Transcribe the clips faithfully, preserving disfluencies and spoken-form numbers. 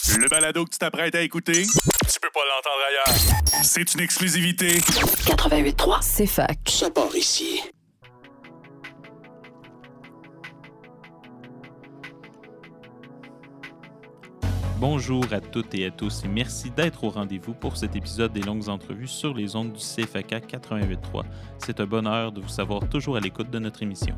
Le balado que tu t'apprêtes à écouter, tu peux pas l'entendre ailleurs. C'est une exclusivité. quatre-vingt-huit trois, c'est fac. Ça part ici. Bonjour à toutes et à tous et merci d'être au rendez-vous pour cet épisode des longues entrevues sur les ondes du C F A K quatre-vingt-huit trois. C'est un bonheur de vous savoir toujours à l'écoute de notre émission.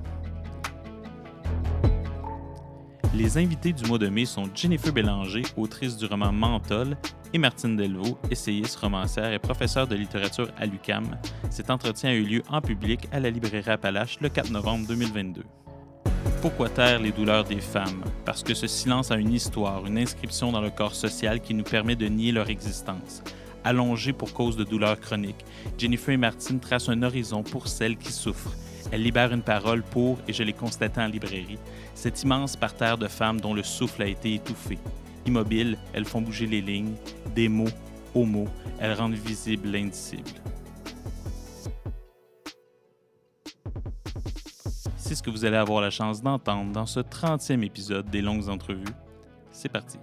Les invités du mois de mai sont Jennifer Bélanger, autrice du roman Menthol, et Martine Delvaux, essayiste, romancière et professeure de littérature à l'U Q A M. Cet entretien a eu lieu en public à la librairie Appalache le quatre novembre deux mille vingt-deux. Pourquoi taire les douleurs des femmes? Parce que ce silence a une histoire, une inscription dans le corps social qui nous permet de nier leur existence. Allongées pour cause de douleurs chroniques, Jennifer et Martine tracent un horizon pour celles qui souffrent. Elles libèrent une parole pour, et je l'ai constaté en librairie, cet immense parterre de femmes dont le souffle a été étouffé. Immobiles, elles font bouger les lignes, des mots aux mots, elles rendent visible l'indicible. C'est ce que vous allez avoir la chance d'entendre dans ce trentième épisode des longues entrevues. C'est parti.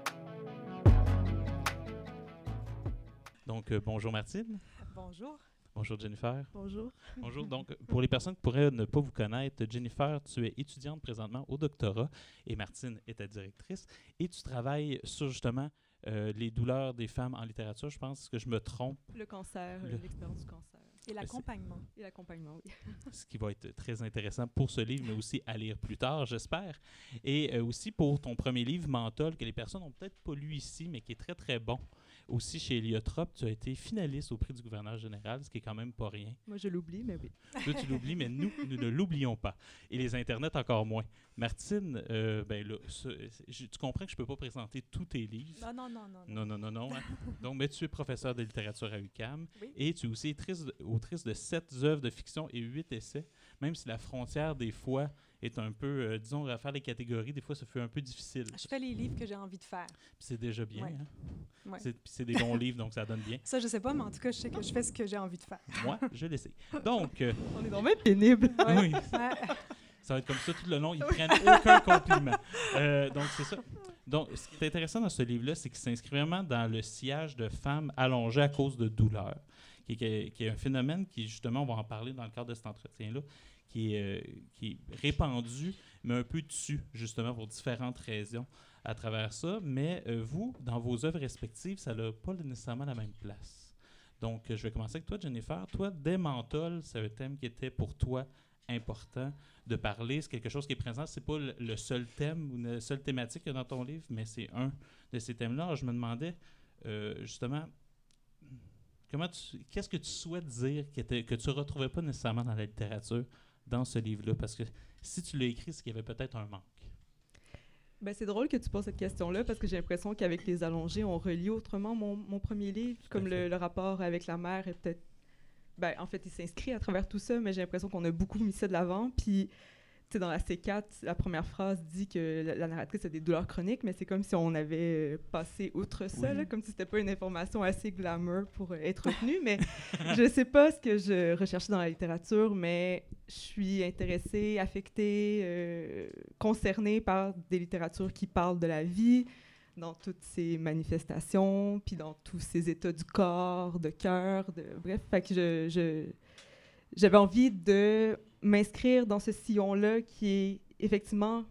Donc, euh, bonjour Martine. Bonjour. Bonjour Jennifer. Bonjour. Bonjour. Donc, pour les personnes qui pourraient ne pas vous connaître, Jennifer, tu es étudiante présentement au doctorat et Martine est ta directrice et tu travailles sur justement euh, les douleurs des femmes en littérature. Je pense que je me trompe. Le cancer, Le... l'expérience du cancer. Et l'accompagnement. Et l'accompagnement, oui. Ce qui va être très intéressant pour ce livre, mais aussi à lire plus tard, j'espère. Et euh, aussi pour ton premier livre, Menthol, que les personnes n'ont peut-être pas lu ici, mais qui est très, très bon. Aussi chez Héliotrope, tu as été finaliste au prix du gouverneur général, ce qui est quand même pas rien. Moi, je l'oublie, mais oui. Toi, tu l'oublies, mais nous, nous ne l'oublions pas. Et les internets encore moins. Martine, euh, ben là, ce, je, tu comprends que je ne peux pas présenter tous tes livres. Non, non, non, non. Non, non, non, non. Hein? Donc, mais tu es professeur de littérature à U Q A M Oui. et tu es aussi autrice de, autrice de sept œuvres de fiction et huit essais, même si la frontière, des fois, est un peu, euh, disons, à faire les catégories, des fois, ça fait un peu difficile. Je fais les livres que j'ai envie de faire. Puis c'est déjà bien, Ouais. hein? Ouais. C'est, puis c'est des bons livres, donc ça donne bien. Ça, je sais pas, mais en tout cas, je sais que je fais ce que j'ai envie de faire. Moi, je l'essaie. Donc, euh, On est donc même pénible. oui, Ouais. ça va être comme ça tout le long. Ils prennent aucun compliment. Euh, donc, c'est ça. Donc, ce qui est intéressant dans ce livre-là, c'est qu'il s'inscrit vraiment dans le sillage de femmes allongées à cause de douleurs, qui est, qui est, qui est un phénomène qui, justement, on va en parler dans le cadre de cet entretien-là, qui est, euh, qui est répandu, mais un peu dessus, justement, pour différentes raisons à travers ça. Mais euh, vous, dans vos œuvres respectives, ça n'a pas nécessairement la même place. Donc, euh, je vais commencer avec toi, Jennifer. Toi, dès Menthol, c'est un thème qui était pour toi important de parler. C'est quelque chose qui est présent. C'est pas le, le seul thème ou la seule thématique qu'il y a dans ton livre, mais c'est un de ces thèmes-là. Alors, je me demandais, euh, justement, comment tu, qu'est-ce que tu souhaites dire que, que tu ne retrouvais pas nécessairement dans la littérature dans ce livre-là? Parce que si tu l'as écrit, c'est qu'il y avait peut-être un manque. Ben, c'est drôle que tu poses cette question-là parce que j'ai l'impression qu'avec Les Allongés, on relie autrement mon, mon premier livre, comme le, le rapport avec la mère est peut-être... Ben, en fait, il s'inscrit à travers tout ça, mais j'ai l'impression qu'on a beaucoup mis ça de l'avant. Puis, tu sais, dans la C quatre, la première phrase dit que la, la narratrice a des douleurs chroniques, mais c'est comme si on avait passé outre ça, Oui. là, comme si c'était pas une information assez glamour pour euh, être retenue. Mais je sais pas ce que je recherchais dans la littérature, mais je suis intéressée, affectée, euh, concernée par des littératures qui parlent de la vie, dans toutes ces manifestations, puis dans tous ces états du corps, de cœur, de bref, fait que je, je j'avais envie de m'inscrire dans ce sillon-là qui est effectivement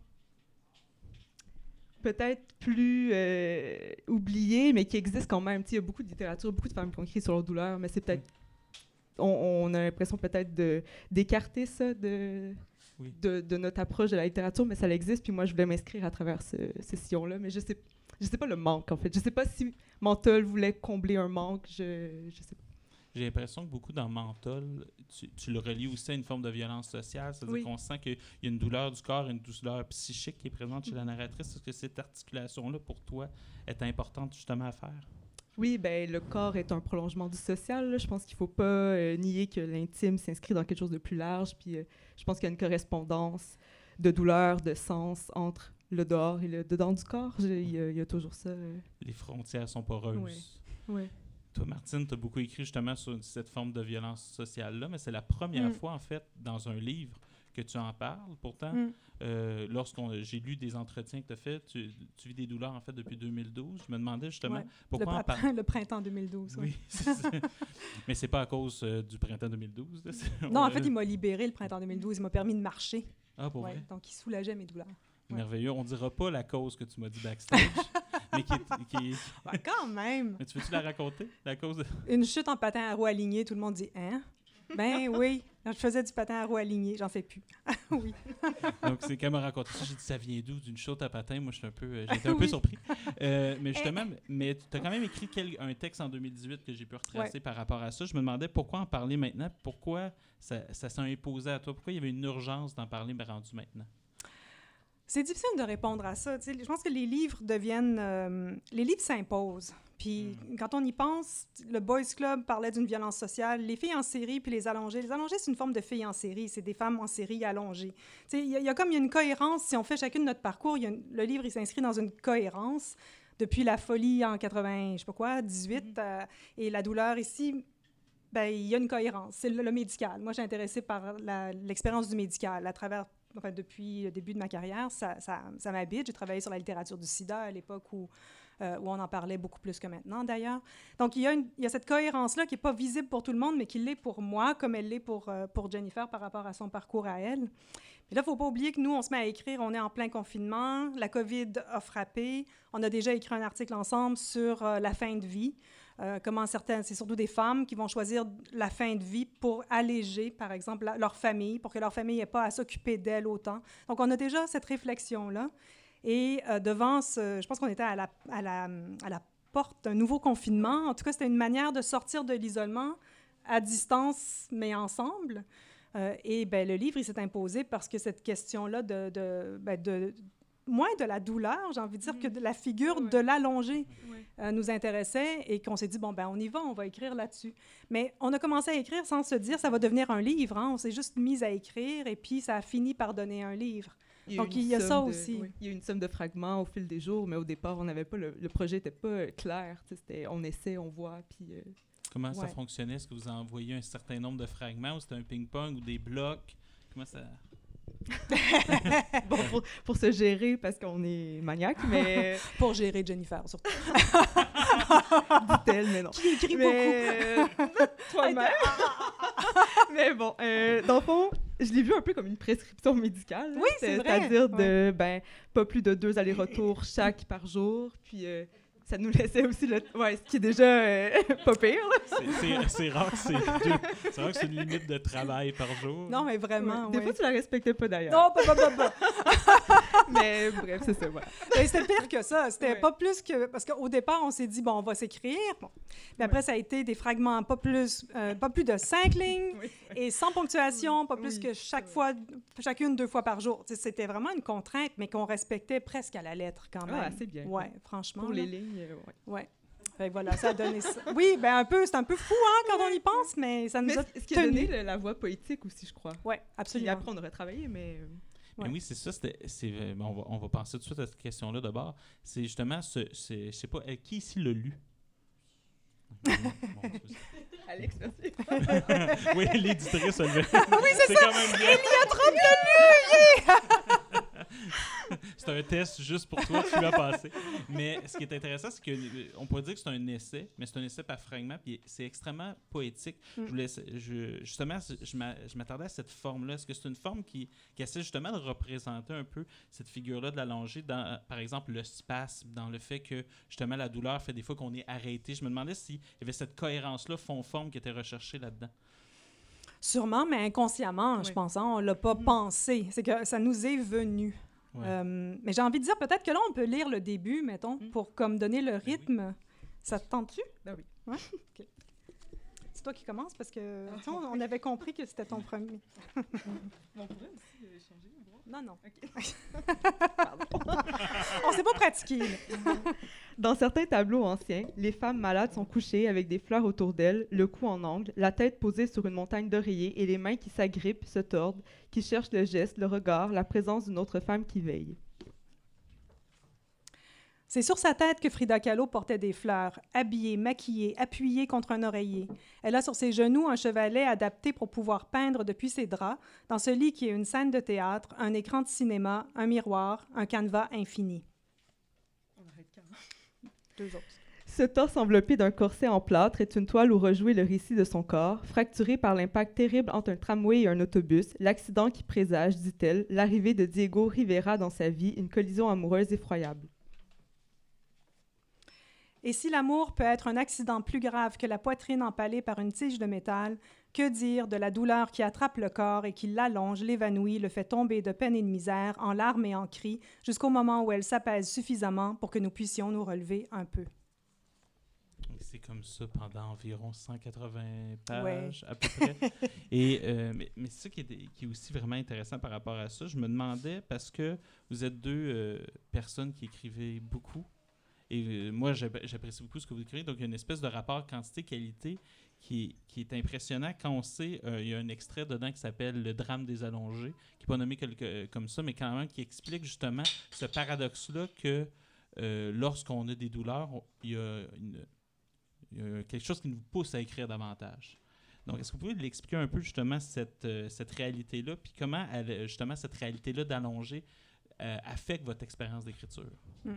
peut-être plus euh, oublié, mais qui existe quand même. Il y a beaucoup de littérature, beaucoup de femmes qui ont écrit sur leur douleur, mais c'est peut-être... On, on a l'impression peut-être de, d'écarter ça de, Oui. de, de notre approche de la littérature, mais ça existe, puis moi, je voulais m'inscrire à travers ce, ce sillon-là, mais je sais je sais pas le manque, en fait. Je sais pas si Menthol voulait combler un manque, je, je sais pas. J'ai l'impression que beaucoup dans Menthol, tu, tu le relis aussi à une forme de violence sociale, c'est-à-dire Oui. qu'on sent qu'il y a une douleur du corps et une douleur psychique qui est présente chez la narratrice. Est-ce que cette articulation-là, pour toi, est importante justement à faire? Oui, ben le corps est un prolongement du social, là. Je pense qu'il ne faut pas euh, nier que l'intime s'inscrit dans quelque chose de plus large, puis euh, je pense qu'il y a une correspondance de douleur, de sens entre le dehors et le dedans du corps. Il y, il y a toujours ça. Euh. Les frontières sont poreuses. Oui. Oui. Toi, Martine, tu as beaucoup écrit justement sur cette forme de violence sociale-là, mais c'est la première Mm. fois, en fait, dans un livre que tu en parles. Pourtant, Mm. euh, lorsqu'on j'ai lu des entretiens que tu as faits, tu, tu vis des douleurs en fait depuis deux mille douze. Je me demandais justement Ouais. pourquoi le, en printemps, parler. le printemps deux mille douze. Oui, Oui. c'est ça. Mais c'est pas à cause euh, du printemps deux mille douze. Là, c'est- Non, en ouais. fait, il m'a libéré le printemps deux mille douze. Il m'a permis de marcher. Ah, pour Ouais, vrai? donc, il soulageait mes douleurs. Ouais. Merveilleux. On dira pas la cause que tu m'as dit backstage, mais qui est... Qui est... Ben, quand même! Mais tu veux-tu la raconter, la cause de... Une chute en patin à roues alignées, tout le monde dit « Hein? » Ben oui, quand je faisais du patin à roues alignées, j'en fais plus. Oui. Donc, c'est qu'elle m'a raconté ça. J'ai dit, ça vient d'où? D'une chute à patin? Moi, je suis un peu, euh, j'ai été un peu Oui. surpris. Euh, mais justement, mais tu as quand même écrit quel- un texte en deux mille dix-huit que j'ai pu retracer Ouais. par rapport à ça. Je me demandais pourquoi en parler maintenant, pourquoi ça, ça s'est imposé à toi, pourquoi il y avait une urgence d'en parler, mais rendu maintenant. C'est difficile de répondre à ça. Tu sais, je pense que les livres deviennent... euh, les livres s'imposent. Puis quand on y pense, le Boys Club parlait d'une violence sociale, les filles en série puis les allongées. Les allongées, c'est une forme de filles en série. C'est des femmes en série allongées. Tu sais, il y, a- il y a comme il y a une cohérence. Si on fait chacune notre parcours, il y a une- le livre, il s'inscrit dans une cohérence. Depuis la folie en quatre-vingt, je sais pas quoi, dix-huit, euh, et la douleur ici, ben, il y a une cohérence. C'est le, le médical. Moi, j'ai intéressé par la- l'expérience du médical à travers, enfin, depuis le début de ma carrière, ça, ça, ça m'habite. J'ai travaillé sur la littérature du sida à l'époque où, euh, où on en parlait beaucoup plus que maintenant, d'ailleurs. Donc, il y a, une, il y a cette cohérence-là qui n'est pas visible pour tout le monde, mais qui l'est pour moi, comme elle l'est pour, euh, pour Jennifer par rapport à son parcours à elle. Puis là, il ne faut pas oublier que nous, on se met à écrire, on est en plein confinement, la COVID a frappé, on a déjà écrit un article ensemble sur euh, la fin de vie, euh, comment certaines, c'est surtout des femmes qui vont choisir la fin de vie pour alléger, par exemple, la- leur famille, pour que leur famille n'ait pas à s'occuper d'elles autant. Donc, on a déjà cette réflexion-là. Et euh, devant ce, je pense qu'on était à la, à, la, à la porte d'un nouveau confinement. En tout cas, c'était une manière de sortir de l'isolement à distance, mais ensemble. Euh, et ben, le livre, il s'est imposé parce que cette question-là de, de, ben, de moins de la douleur, j'ai envie de dire, Mm. que de la figure Ouais. de l'allongé Ouais. euh, nous intéressait et qu'on s'est dit, bon, ben on y va, on va écrire là-dessus. Mais on a commencé à écrire sans se dire, ça va devenir un livre. Hein? On s'est juste mis à écrire et puis ça a fini par donner un livre. Il Donc, eu il y a une ça somme de- aussi. oui, il y a eu une somme de fragments au fil des jours, mais au départ, on n'avait pas le, le projet n'était pas euh, clair. Tu sais, c'était on essaie, on voit, puis euh, Comment ça Ouais. fonctionnait? Est-ce que vous envoyez un certain nombre de fragments ou c'était un ping-pong ou des blocs? Comment ça... bon, pour, pour se gérer parce qu'on est maniaque, mais Pour gérer Jennifer, surtout. dit-elle, mais non. Qui écrit Mais, euh, toi-même. Mais bon, euh, dans le fond, je l'ai vu un peu comme une prescription médicale. là. Oui, c'est vrai. C'est-à-dire de, ben, pas plus de deux allers-retours chaque par jour. Puis euh, ça nous laissait aussi le... Ouais, ce qui est déjà euh, pas pire. là. C'est- C'est c'est rare que c'est deux- c'est rare que c'est une limite de travail par jour. Non, mais vraiment, Ouais. Des ouais. fois, tu la respectais pas d'ailleurs. Non, pas, pas, pas, pas. Mais bref, c'est ça, voilà. Mais c'était pire que ça. C'était Ouais. pas plus que... Parce qu'au départ, on s'est dit, bon, on va s'écrire. Bon. Mais après, Ouais. ça a été des fragments pas plus, euh, pas plus de cinq lignes Oui. et sans ponctuation, pas plus Oui, que c'est chaque vrai. fois, chacune deux fois par jour. Tu sais, c'était vraiment une contrainte, mais qu'on respectait presque à la lettre quand même. Ah, assez bien. Ouais, franchement. Pour là. les lignes, euh, ouais. Ouais. Fait que voilà, ça a donné ça. Oui, ben un peu, c'est un peu fou, hein, quand on y pense, mais ça nous Mais a ce ce qui a tenu. donné le- la voix poétique aussi, je crois. Ouais, Puis absolument. après, on aurait travaillé, mais... euh, Mais Ouais. oui, c'est ça. c'était- c'est, euh, bon, on, va, on va penser tout de suite à cette question-là d'abord. C'est justement, ce, c'est, je sais pas, euh, qui ici l'a lu? Bon, c'est- Alex, merci. oui, l'éditrice a levé. Oui, c'est quand même bien. Il a trop de C'est un test juste pour toi, tu l'as passé. Mais ce qui est intéressant, c'est qu'on pourrait dire que c'est un essai, mais c'est un essai par fragment, puis c'est extrêmement poétique. Mm. Je voulais, je, justement, je m'a- je m'attendais à cette forme-là. Est-ce que c'est une forme qui, qui essaie justement de représenter un peu cette figure-là de l'allongé dans, euh, par exemple, le spasme, dans le fait que, justement, la douleur fait des fois qu'on est arrêté. Je me demandais s'il y avait cette cohérence-là, fond-forme, qui était recherchée là-dedans. Sûrement, mais inconsciemment, je Oui. pense. Hein, on l'a pas Mhm. pensé. C'est que ça nous est venu. Ouais. Euh, mais j'ai envie de dire peut-être que là, on peut lire le début, mettons, Mhm. pour comme donner le oui. rythme. Ça te tente-tu? Ben oui. Ouais? OK. C'est toi qui commences parce que Ah, tu sais, on, on avait compris que c'était ton premier. On pourrait aussi euh, changer. Non, non. OK. On s'est pas pratiqué. là. Dans certains tableaux anciens, les femmes malades sont couchées avec des fleurs autour d'elles, le cou en angle, la tête posée sur une montagne d'oreillers et les mains qui s'agrippent, se tordent, qui cherchent le geste, le regard, la présence d'une autre femme qui veille. C'est sur sa tête que Frida Kahlo portait des fleurs, habillée, maquillée, appuyée contre un oreiller. Elle a sur ses genoux un chevalet adapté pour pouvoir peindre depuis ses draps, dans ce lit qui est une scène de théâtre, un écran de cinéma, un miroir, un canevas infini. On arrête quand? Deux autres. Ce torse enveloppé d'un corset en plâtre est une toile où rejouer le récit de son corps, fracturé par l'impact terrible entre un tramway et un autobus, l'accident qui présage, dit-elle, l'arrivée de Diego Rivera dans sa vie, une collision amoureuse effroyable. Et si l'amour peut être un accident plus grave que la poitrine empalée par une tige de métal, que dire de la douleur qui attrape le corps et qui l'allonge, l'évanouit, le fait tomber de peine et de misère, en larmes et en cris, jusqu'au moment où elle s'apaise suffisamment pour que nous puissions nous relever un peu. C'est comme ça pendant environ cent quatre-vingts pages, ouais. à peu près. Et, euh, mais mais c'est ça qui est, qui est aussi vraiment intéressant par rapport à ça. Je me demandais, parce que vous êtes deux euh, personnes qui écrivez beaucoup, et euh, moi, j'apprécie beaucoup ce que vous écrivez. Donc, il y a une espèce de rapport quantité-qualité qui, qui est impressionnant quand on sait, euh, il y a un extrait dedans qui s'appelle « Le drame des allongés », qui n'est pas nommé quelque, euh, comme ça, mais quand même qui explique justement ce paradoxe-là que euh, lorsqu'on a des douleurs, il y a, une, y a quelque chose qui nous pousse à écrire davantage. Donc, est-ce que vous pouvez l'expliquer un peu justement cette, euh, cette réalité-là, puis comment elle, justement cette réalité-là d'allongé euh, affecte votre expérience d'écriture? Mm.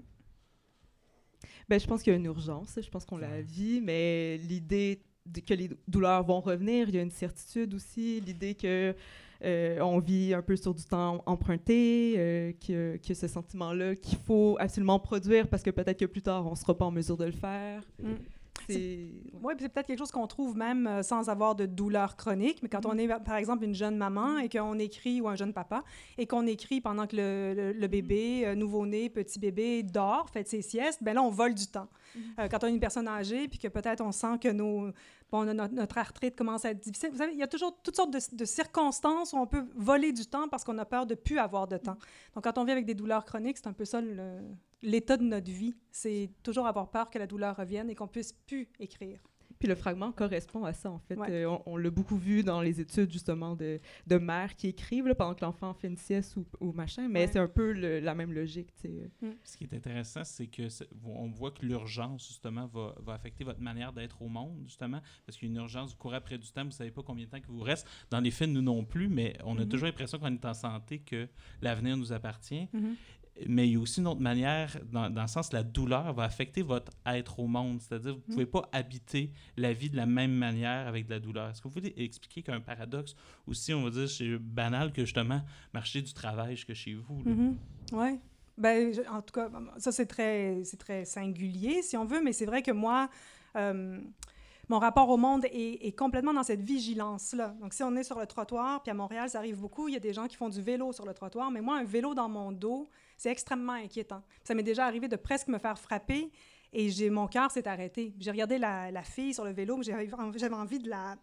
Ben, je pense qu'il y a une urgence, je pense qu'on la vit, mais l'idée de, que les douleurs vont revenir, il y a une certitude aussi, l'idée que euh, on vit un peu sur du temps emprunté, euh, que, que ce sentiment-là qu'il faut absolument produire parce que peut-être que plus tard, on ne sera pas en mesure de le faire. Mm. C'est, c'est, ouais, c'est peut-être quelque chose qu'on trouve même euh, sans avoir de douleur chronique, mais quand mm. on est, par exemple, une jeune maman et qu'on écrit, ou un jeune papa, et qu'on écrit pendant que le, le, le bébé, euh, nouveau-né, petit bébé, dort, fait ses siestes, bien là, on vole du temps. Mm. Euh, quand on est une personne âgée, puis que peut-être on sent que nos, bon, notre, notre arthrite commence à être difficile, vous savez, il y a toujours toutes sortes de, de circonstances où on peut voler du temps parce qu'on a peur de ne plus avoir de temps. Donc, quand on vit avec des douleurs chroniques, c'est un peu ça le... l'état de notre vie, c'est toujours avoir peur que la douleur revienne et qu'on puisse plus écrire. Puis le fragment correspond à ça, en fait. Ouais. Euh, on, on l'a beaucoup vu dans les études, justement, de, de mères qui écrivent là, pendant que l'enfant fait une sieste ou, ou machin, mais ouais. c'est un peu le, la même logique, tu sais. Mm. Ce qui est intéressant, c'est que c'est, on voit que l'urgence, justement, va, va affecter votre manière d'être au monde, justement, parce qu'il y a une urgence, vous courez après du temps, vous savez pas combien de temps il vous reste. Dans les faits, nous non plus, mais on a mm-hmm. toujours l'impression qu'on est en santé, que l'avenir nous appartient. Mm-hmm. Mais il y a aussi une autre manière, dans, dans le sens que la douleur va affecter votre être au monde. C'est-à-dire que vous ne pouvez pas habiter la vie de la même manière avec de la douleur. Est-ce que vous pouvez expliquer qu'un paradoxe aussi, on va dire, c'est banal que justement marcher du travail jusque chez vous? Mm-hmm. Oui. Ben, en tout cas, ça, c'est très, c'est très singulier, si on veut, mais c'est vrai que moi... Euh, mon rapport au monde est, est complètement dans cette vigilance-là. Donc, si on est sur le trottoir, puis à Montréal, ça arrive beaucoup, il y a des gens qui font du vélo sur le trottoir, mais moi, un vélo dans mon dos, c'est extrêmement inquiétant. Ça m'est déjà arrivé de presque me faire frapper et j'ai, mon cœur s'est arrêté. J'ai regardé la, la fille sur le vélo, j'avais, j'avais envie de, la,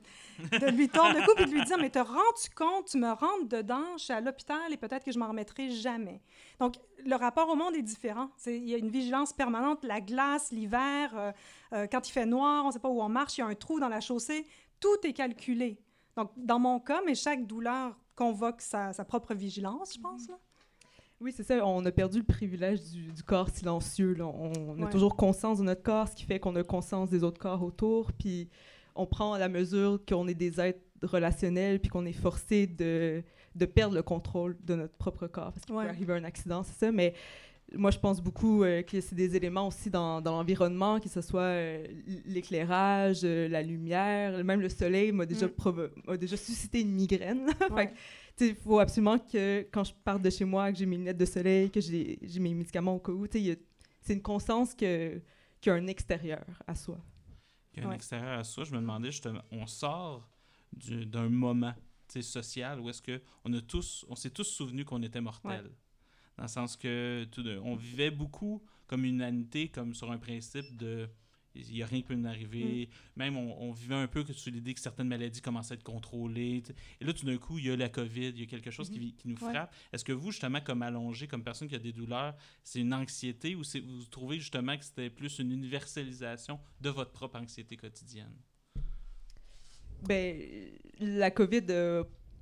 de lui tordre le cou et de lui dire « Mais te rends-tu compte, tu me rentres dedans, je suis à l'hôpital et peut-être que je m'en remettrai jamais. » Donc, le rapport au monde est différent. C'est, il y a une vigilance permanente, la glace, l'hiver, euh, euh, quand il fait noir, on ne sait pas où on marche, il y a un trou dans la chaussée, tout est calculé. Donc, dans mon cas, mais chaque douleur convoque sa, sa propre vigilance, je pense, là. Oui, c'est ça. On a perdu le privilège du, du corps silencieux. Là. On, on a ouais. toujours conscience de notre corps, ce qui fait qu'on a conscience des autres corps autour. Puis on prend la mesure qu'on est des êtres relationnels, puis qu'on est forcé de, de perdre le contrôle de notre propre corps. Parce qu'il ouais. peut arriver un accident, c'est ça. Mais moi, je pense beaucoup euh, que c'est des éléments aussi dans, dans l'environnement, que ce soit euh, l'éclairage, euh, la lumière, même le soleil m'a déjà, mm. provo- m'a déjà suscité une migraine. Ouais. Fait il faut absolument que quand je parte de chez moi, que j'ai mes lunettes de soleil, que j'ai, j'ai mes médicaments au cas où, y a, c'est une conscience que, qu'il y a un extérieur à soi. Il y a un ouais. extérieur à soi. Je me demandais justement, on sort du, d'un moment social où est-ce qu'on a tous, on s'est tous souvenus qu'on était mortels. Ouais. Dans le sens que tout de, on vivait beaucoup comme une humanité, comme sur un principe de... Il n'y a rien qui peut nous arriver. Mm. Même, on, on vivait un peu sur l'idée que certaines maladies commençaient à être contrôlées. T'sais. Et là, tout d'un coup, il y a la COVID, il y a quelque chose mm-hmm. qui, qui nous frappe. Ouais. Est-ce que vous, justement, comme allongé, comme personne qui a des douleurs, c'est une anxiété ou c'est, vous trouvez justement que c'était plus une universalisation de votre propre anxiété quotidienne? Bien, la COVID a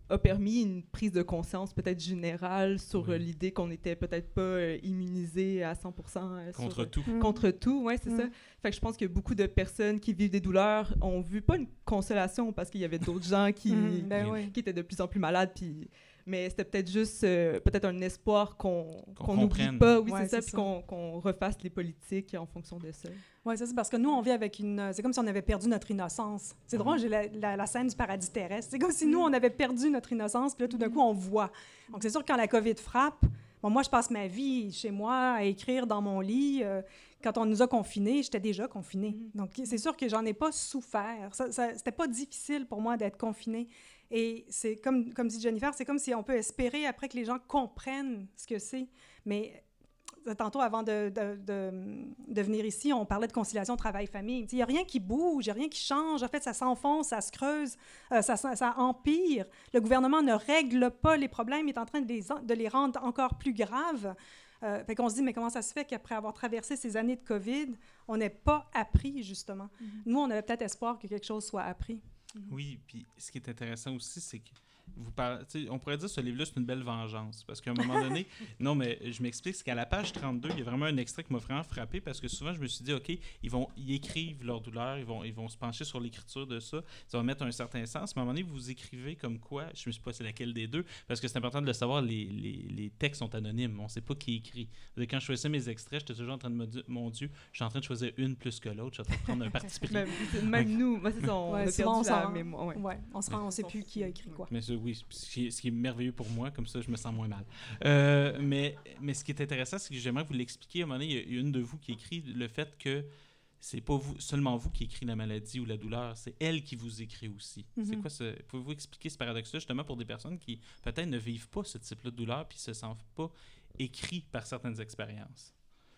a permis une prise de conscience peut-être générale sur Oui. euh, l'idée qu'on n'était peut-être pas euh, immunisé à cent pour cent euh, Contre sur, tout. Mm. contre tout, ouais, c'est Mm. ça. Fait que je pense que beaucoup de personnes qui vivent des douleurs ont vu pas une consolation parce qu'il y avait d'autres gens qui, Mm, ben Oui. oui. qui étaient de plus en plus malades, puis mais c'était peut-être juste euh, peut-être un espoir qu'on Qu'on qu'on n'oublie comprenne. pas, oui Ouais, c'est ça, c'est puis ça. qu'on qu'on refasse les politiques en fonction de ça. Oui, c'est ça, parce que nous, on vit avec une... C'est comme si on avait perdu notre innocence. C'est Mhm. drôle, j'ai la, la- la scène du paradis terrestre. C'est comme si nous, on avait perdu notre innocence, puis là, tout d'un coup, on voit. Donc, c'est sûr que quand la COVID frappe, bon, moi, je passe ma vie chez moi à écrire dans mon lit. Euh, quand on nous a confinés, j'étais déjà confinée. Mhm. Donc, c'est sûr que j'en ai pas souffert. Ça, ça, c'était pas difficile pour moi d'être confinée. Et c'est comme, comme dit Jennifer, c'est comme si on peut espérer après que les gens comprennent ce que c'est. Mais tantôt, avant de, de, de, de venir ici, on parlait de conciliation travail-famille. Il n'y a rien qui bouge, il n'y a rien qui change. En fait, ça s'enfonce, ça se creuse, euh, ça, ça, ça empire. Le gouvernement ne règle pas les problèmes, il est en train de les, en- de les rendre encore plus graves. Euh, fait qu'on se dit, mais comment ça se fait qu'après avoir traversé ces années de COVID, on n'ait pas appris, justement? Mm-hmm. Nous, on avait peut-être espoir que quelque chose soit appris. Oui, puis ce qui est intéressant aussi, c'est que vous parlez, tu sais, on pourrait dire que ce livre-là, c'est une belle vengeance. Parce qu'à un moment donné, non, mais je m'explique, c'est qu'à la page trente-deux, il y a vraiment un extrait qui m'a vraiment frappé parce que souvent, je me suis dit, OK, ils vont, ils écrivent leur douleur, ils vont, ils vont se pencher sur l'écriture de ça, ça va mettre un certain sens. Mais à un moment donné, vous écrivez comme quoi, je ne sais pas c'est laquelle des deux, parce que c'est important de le savoir, les, les, les textes sont anonymes, on ne sait pas qui écrit. Quand je choisissais mes extraits, j'étais toujours en train de me dire, mon Dieu, je suis en train de choisir une plus que l'autre, je suis en train de prendre un parti pris. Même, même nous, moi, c'est ça, on Ouais, a souvent, perdu on la s'en- mémoire. Ouais. Ouais, on se rend, on sait plus qui a écrit quoi. Mais ça, oui, ce qui, est, ce qui est merveilleux pour moi, comme ça, je me sens moins mal. Euh, mais, mais ce qui est intéressant, c'est que j'aimerais vous l'expliquer. À un moment donné, il y a une de vous qui écrit le fait que c'est pas vous, seulement vous qui écrit la maladie ou la douleur, c'est elle qui vous écrit aussi. Mhm. C'est quoi ce... Pouvez-vous expliquer ce paradoxe-là, justement, pour des personnes qui, peut-être, ne vivent pas ce type-là de douleur puis se sentent pas écrits par certaines expériences?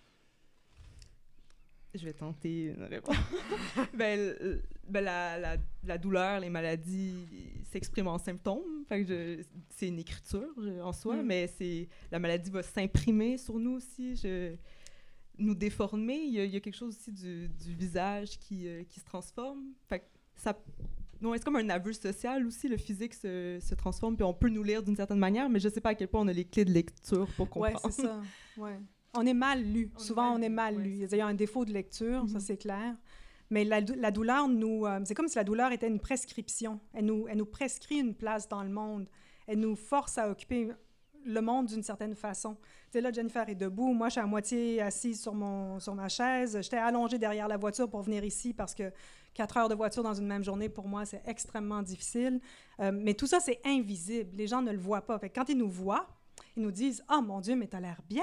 Je vais tenter une réponse. ben, l- ben, la, la, la douleur, les maladies s'expriment en symptômes. Fait que je- c'est une écriture je- en soi, Mm. mais c'est, la maladie va s'imprimer sur nous aussi, je, nous déformer. Il y, a, il y a quelque chose aussi du, du visage qui, euh, qui se transforme. Fait que ça, non, c'est comme un aveu social aussi, le physique se, se transforme, puis on peut nous lire d'une certaine manière, mais je ne sais pas à quel point on a les clés de lecture pour Oui, comprendre. c'est ça. Ouais. On est mal lu. On est Souvent, mal on est lu, mal ouais, lu. c'est Il y a un défaut de lecture, ça Mhm. c'est clair. Mais la, dou- la douleur, nous, euh, c'est comme si la douleur était une prescription. Elle nous, elle nous prescrit une place dans le monde. Elle nous force à occuper le monde d'une certaine façon. Tu sais, là, Jennifer est debout. Moi, je suis à moitié assise sur, mon, sur ma chaise. J'étais allongée derrière la voiture pour venir ici parce que quatre heures de voiture dans une même journée, pour moi, c'est extrêmement difficile. Euh, mais tout ça, c'est invisible. Les gens ne le voient pas. Fait que quand ils nous voient, ils nous disent « Ah, mon Dieu, mais t'as l'air bien! »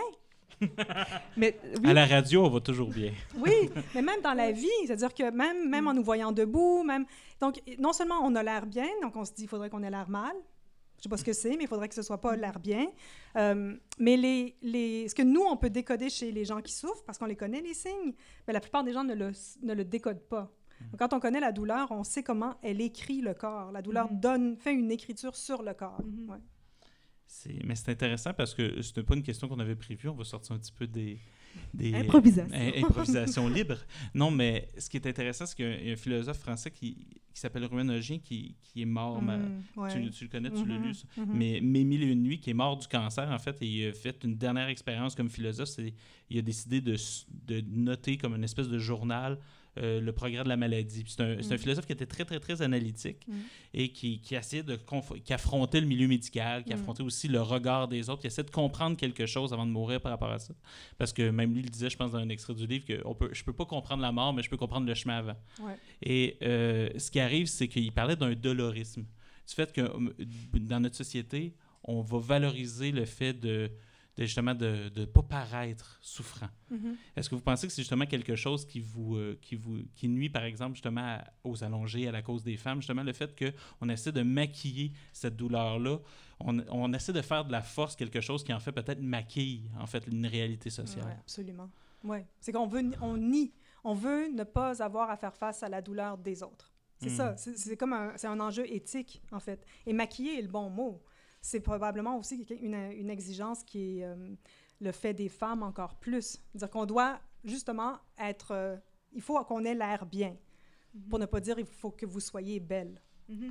Mais oui, À la radio, on va toujours bien. Oui, mais même dans la vie, c'est-à-dire que même, même en nous voyant debout, même... Donc, non seulement on a l'air bien, donc on se dit, il faudrait qu'on ait l'air mal. Je ne sais pas ce que c'est, mais il faudrait que ce ne soit pas l'air bien. Euh, mais les, les, ce que nous, on peut décoder chez les gens qui souffrent, parce qu'on les connaît, les signes, mais la plupart des gens ne le, ne le décodent pas. Donc, quand on connaît la douleur, on sait comment elle écrit le corps. La douleur Mhm. donne, fait une écriture sur le corps. Mhm. Ouais. C'est, mais c'est intéressant parce que ce n'est pas une question qu'on avait prévue. On va sortir un petit peu des... des Improvisation. euh, improvisation libre. Non, mais ce qui est intéressant, c'est qu'il y a un, il y a un philosophe français qui, qui s'appelle Ruyen Ogien qui, qui est mort. ma- Mm, ouais. tu, tu le connais, tu l'as Mhm, lu. ça. mhm. Mais mais Mille et une nuits, qui est mort du cancer, en fait, et il a fait une dernière expérience comme philosophe. C'est, il a décidé de, s- de noter comme une espèce de journal euh, le progrès de la maladie. Puis c'est, un, c'est un Mm. philosophe qui était très, très, très analytique Mm. et qui, qui essayait de... Conf- qui affrontait le milieu médical, qui Mm. affrontait aussi le regard des autres, qui essayait de comprendre quelque chose avant de mourir par rapport à ça. Parce que même lui, il disait, je pense, dans un extrait du livre, que on peut, je peux pas comprendre la mort, mais je peux comprendre le chemin avant. Ouais. Et euh, ce qui arrive, c'est qu'il parlait d'un dolorisme. Du fait que euh, dans notre société, on va valoriser le fait de, de justement de ne pas paraître souffrant. Mhm. Est-ce que vous pensez que c'est justement quelque chose qui vous, euh, qui vous qui nuit, par exemple, justement à- aux allongés, à la cause des femmes, justement le fait qu'on essaie de maquiller cette douleur-là, on, on essaie de faire de la force quelque chose qui en fait peut-être maquille, en fait, une réalité sociale. Ouais, absolument. Ouais. C'est qu'on veut, on nie, on veut ne pas avoir à faire face à la douleur des autres. C'est Mm. ça. C'est, c'est comme un, c'est un enjeu éthique, en fait. Et maquiller est le bon mot. C'est probablement aussi une, une exigence qui est euh, le fait des femmes encore plus. C'est-à-dire qu'on doit justement être... euh, il faut qu'on ait l'air bien. Pour ne pas dire il faut que vous soyez belle. Mhm.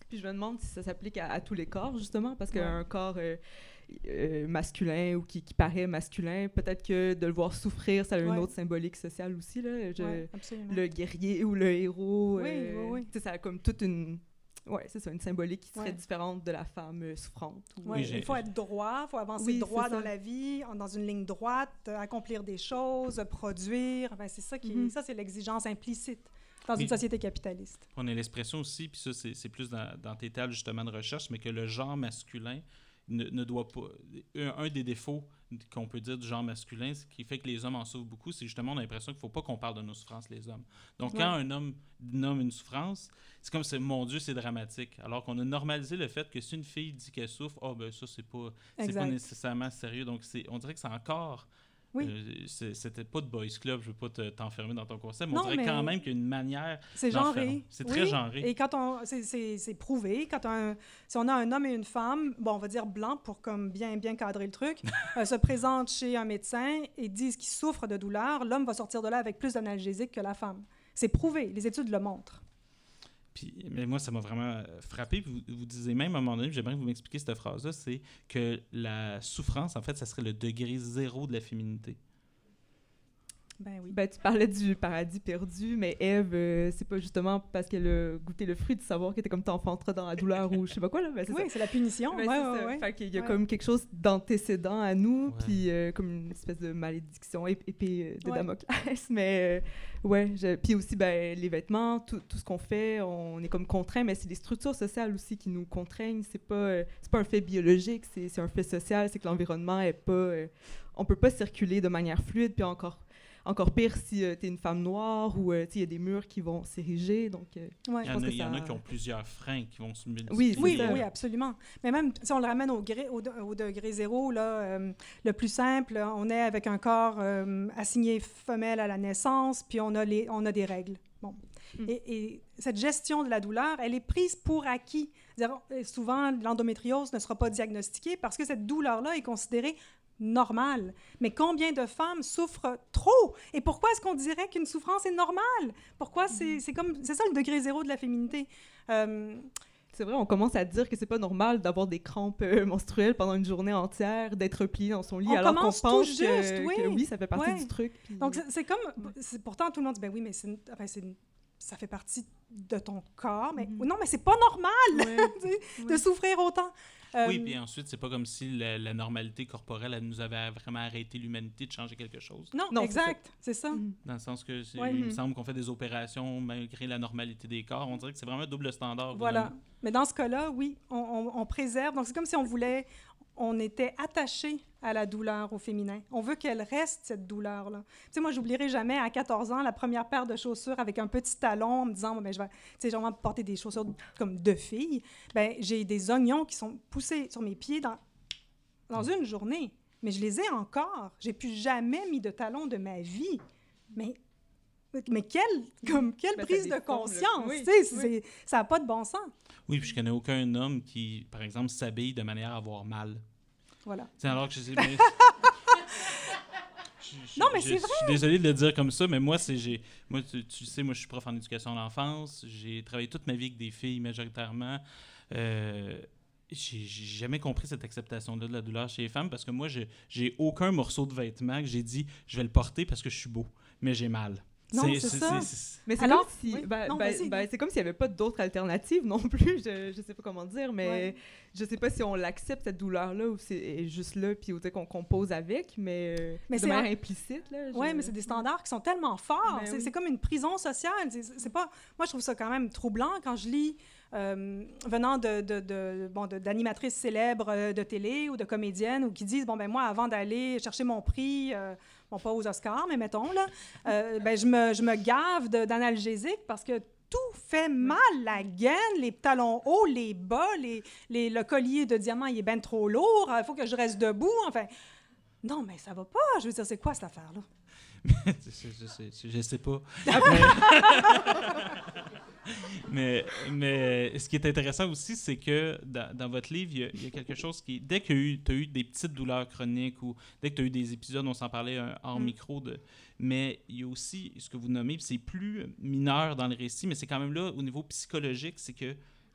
Puis je me demande si ça s'applique à, à tous les corps, justement, parce Ouais. qu'un corps euh, euh, masculin ou qui, qui paraît masculin, peut-être que de le voir souffrir, ça a une Ouais. autre symbolique sociale aussi. Là. Je- Ouais, absolument. le guerrier ou le héros. Oui, euh, oui, oui. tu sais, ça a comme toute une... Ouais, c'est ça, une symbolique qui serait Ouais. différente de la femme euh, souffrante. ou- Ouais, Oui, j'ai- il faut être droit, il faut avancer Oui, droit c'est dans ça. la vie, en- dans une ligne droite, euh, accomplir des choses, produire. Enfin, c'est ça qui, Mhm. ça c'est l'exigence implicite dans Oui. une société capitaliste. On a l'expression aussi, puis ça, c'est, c'est plus dans, dans tes tables justement de recherche, mais que le genre masculin ne, ne doit pas. Un, un des défauts qu'on peut dire du genre masculin, ce qui fait que les hommes en souffrent beaucoup, c'est justement on a l'impression qu'il ne faut pas qu'on parle de nos souffrances, les hommes. Donc, Ouais. quand un homme nomme une souffrance, c'est comme c'est mon Dieu, c'est dramatique. Alors qu'on a normalisé le fait que si une fille dit qu'elle souffre, oh, ben ça, c'est pas, c'est pas Exact. nécessairement sérieux. Donc, c'est, on dirait que c'est encore. Oui. euh, c'est- c'était pas de boys club, je veux pas te- t'enfermer dans ton concept, mais Non, on dirait mais- quand même qu'il y a une manière. C'est d'enfermer. genré. C'est très Oui, genré. Et quand on, c'est, c'est, c'est prouvé, quand un, si on a un homme et une femme, bon, on va dire blanc pour comme bien, bien cadrer le truc, euh, se présentent chez un médecin et disent qu'ils souffrent de douleur, l'homme va sortir de là avec plus d'analgésique que la femme. C'est prouvé, les études le montrent. Puis, mais moi, ça m'a vraiment euh, frappé. Puis Vous, vous disiez même à un moment donné, puis j'aimerais que vous m'expliquiez cette phrase-là, c'est que la souffrance, en fait, ça serait le degré zéro de la féminité. Ben oui. Ben, tu parlais du paradis perdu, mais Ève, euh, c'est pas justement parce qu'elle a goûté le fruit de savoir qu'elle était comme t'enfanteras dans la douleur ou je sais pas quoi, là. Ben, c'est Oui, ça. c'est la punition. Ben, ouais, c'est ouais, ça. ouais. Fait qu'il y a Ouais. comme quelque chose d'antécédent à nous, Ouais. puis euh, comme une espèce de malédiction, ép- épée euh, de Ouais. Damoclès. Mais euh, ouais, je- puis aussi, ben, les vêtements, tout, tout ce qu'on fait, on est comme contraint, mais c'est les structures sociales aussi qui nous contraignent. C'est pas, euh, c'est pas un fait biologique, c'est, c'est un fait social, c'est que l'environnement est pas... euh, on peut pas circuler de manière fluide, puis encore... Encore pire si euh, tu es une femme noire ou euh, il y a des murs qui vont s'ériger. Donc, euh, Ouais. Il y, je en pense a, que il y en a ça- qui ont plusieurs freins qui vont se multiplier. Oui, c'est Oui, ça. oui, absolument. Mais même si on le ramène au, gré, au, de- au degré zéro, là, euh, le plus simple, on est avec un corps euh, assigné femelle à la naissance, puis on a, les, on a des règles. Bon. Mm. Et, et cette gestion de la douleur, elle est prise pour acquis. C'est-à-dire, euh, souvent, l'endométriose ne sera pas diagnostiquée parce que cette douleur-là est considérée normale. Mais combien de femmes souffrent trop? Et pourquoi est-ce qu'on dirait qu'une souffrance est normale? Pourquoi c'est, c'est comme... C'est ça le degré zéro de la féminité. Euh, c'est vrai, on commence à dire que c'est pas normal d'avoir des crampes euh, menstruelles pendant une journée entière, d'être plié dans son lit, On alors qu'on commence pense tout que, juste, oui. que oui, ça fait partie Ouais. du truc. puis- Donc, c'est, c'est comme... c'est- pourtant, tout le monde dit, ben oui, mais c'est, une- enfin, c'est une- ça fait partie de ton corps. Mais Mhm. non, mais c'est pas normal Ouais. tu sais, de Oui. souffrir autant. Euh, Oui, puis ensuite, c'est pas comme si la, la normalité corporelle elle nous avait vraiment arrêté l'humanité de changer quelque chose. Non, Non, c'est exact, c'est ça. Mhm. Dans le sens que c'est- Ouais. il me Mhm. semble qu'on fait des opérations malgré la normalité des corps. On dirait que c'est vraiment un double standard. Voilà. vraiment. Mais dans ce cas-là, oui, on, on- on préserve. Donc, c'est comme si on voulait... On était attaché à la douleur au féminin. On veut qu'elle reste, cette douleur-là. Tu sais, moi, j'oublierai jamais, à quatorze ans, la première paire de chaussures avec un petit talon, en me disant, bon, ben, je vais, tu sais, j'ai vraiment porter des chaussures comme de filles. Ben, j'ai des oignons qui sont poussés sur mes pieds dans, dans une journée. Mais je les ai encore. J'ai plus jamais mis de talons de ma vie. Mais, mais quelle, comme, quelle Ben, ça prise de déforme le- conscience! oui, tu sais, oui. c'est- ça n'a pas de bon sens. Oui, puis je connais aucun homme qui, par exemple, s'habille de manière à avoir mal. Voilà. Tu sais, alors que je sais. mais- Je- je- Non, mais je- c'est Je suis désolé de le dire comme ça, mais moi, c'est j'ai. Moi, tu, tu sais, moi, je suis prof en éducation à l'enfance. J'ai travaillé toute ma vie avec des filles majoritairement. Euh, j'ai j'ai jamais compris cette acceptation-là de la douleur chez les femmes parce que moi, je- j'ai aucun morceau de vêtement que j'ai dit je vais le porter parce que je suis beau, mais j'ai mal. Non, c'est ça. c'est- Mais c'est Alors, comme si, oui. ben- Non, ben- vas-y. ben, c'est comme s'il n'y avait pas d'autres alternatives non plus. Je, je sais pas comment dire, mais Ouais. je sais pas si on l'accepte cette douleur-là ou c'est elle est juste là puis au qu'on compose avec, mais, euh, Mais de c'est manière un- implicite là. Oui, je- mais c'est des standards qui sont tellement forts. Ben c'est oui. c'est comme une prison sociale. C'est c'est pas... Moi, je trouve ça quand même troublant quand je lis, euh, venant de, de, de- bon, de- d'animatrices célèbres euh, de télé ou de comédiennes, ou qui disent, bon, ben moi, avant d'aller chercher mon prix, euh, bon, pas aux Oscars, mais mettons, là, euh, ben, je, me, je me gave de- d'analgésiques parce que tout fait mal, la gaine, les talons hauts, les bas, les, les, le collier de diamant, il est ben trop lourd, il faut que je reste debout, enfin... Non, mais ça va pas. Je veux dire, c'est quoi cette affaire-là? je, je, je, je sais pas. mais, mais ce qui est intéressant aussi, c'est que dans, dans votre livre, il y, a, il y a quelque chose qui... Dès que tu as eu des petites douleurs chroniques ou dès que tu as eu des épisodes, on s'en parlait un, hors Mm. micro, de, mais il y a aussi ce que vous nommez, puis c'est plus mineur dans le récit, mais c'est quand même là, au niveau psychologique, c'est que il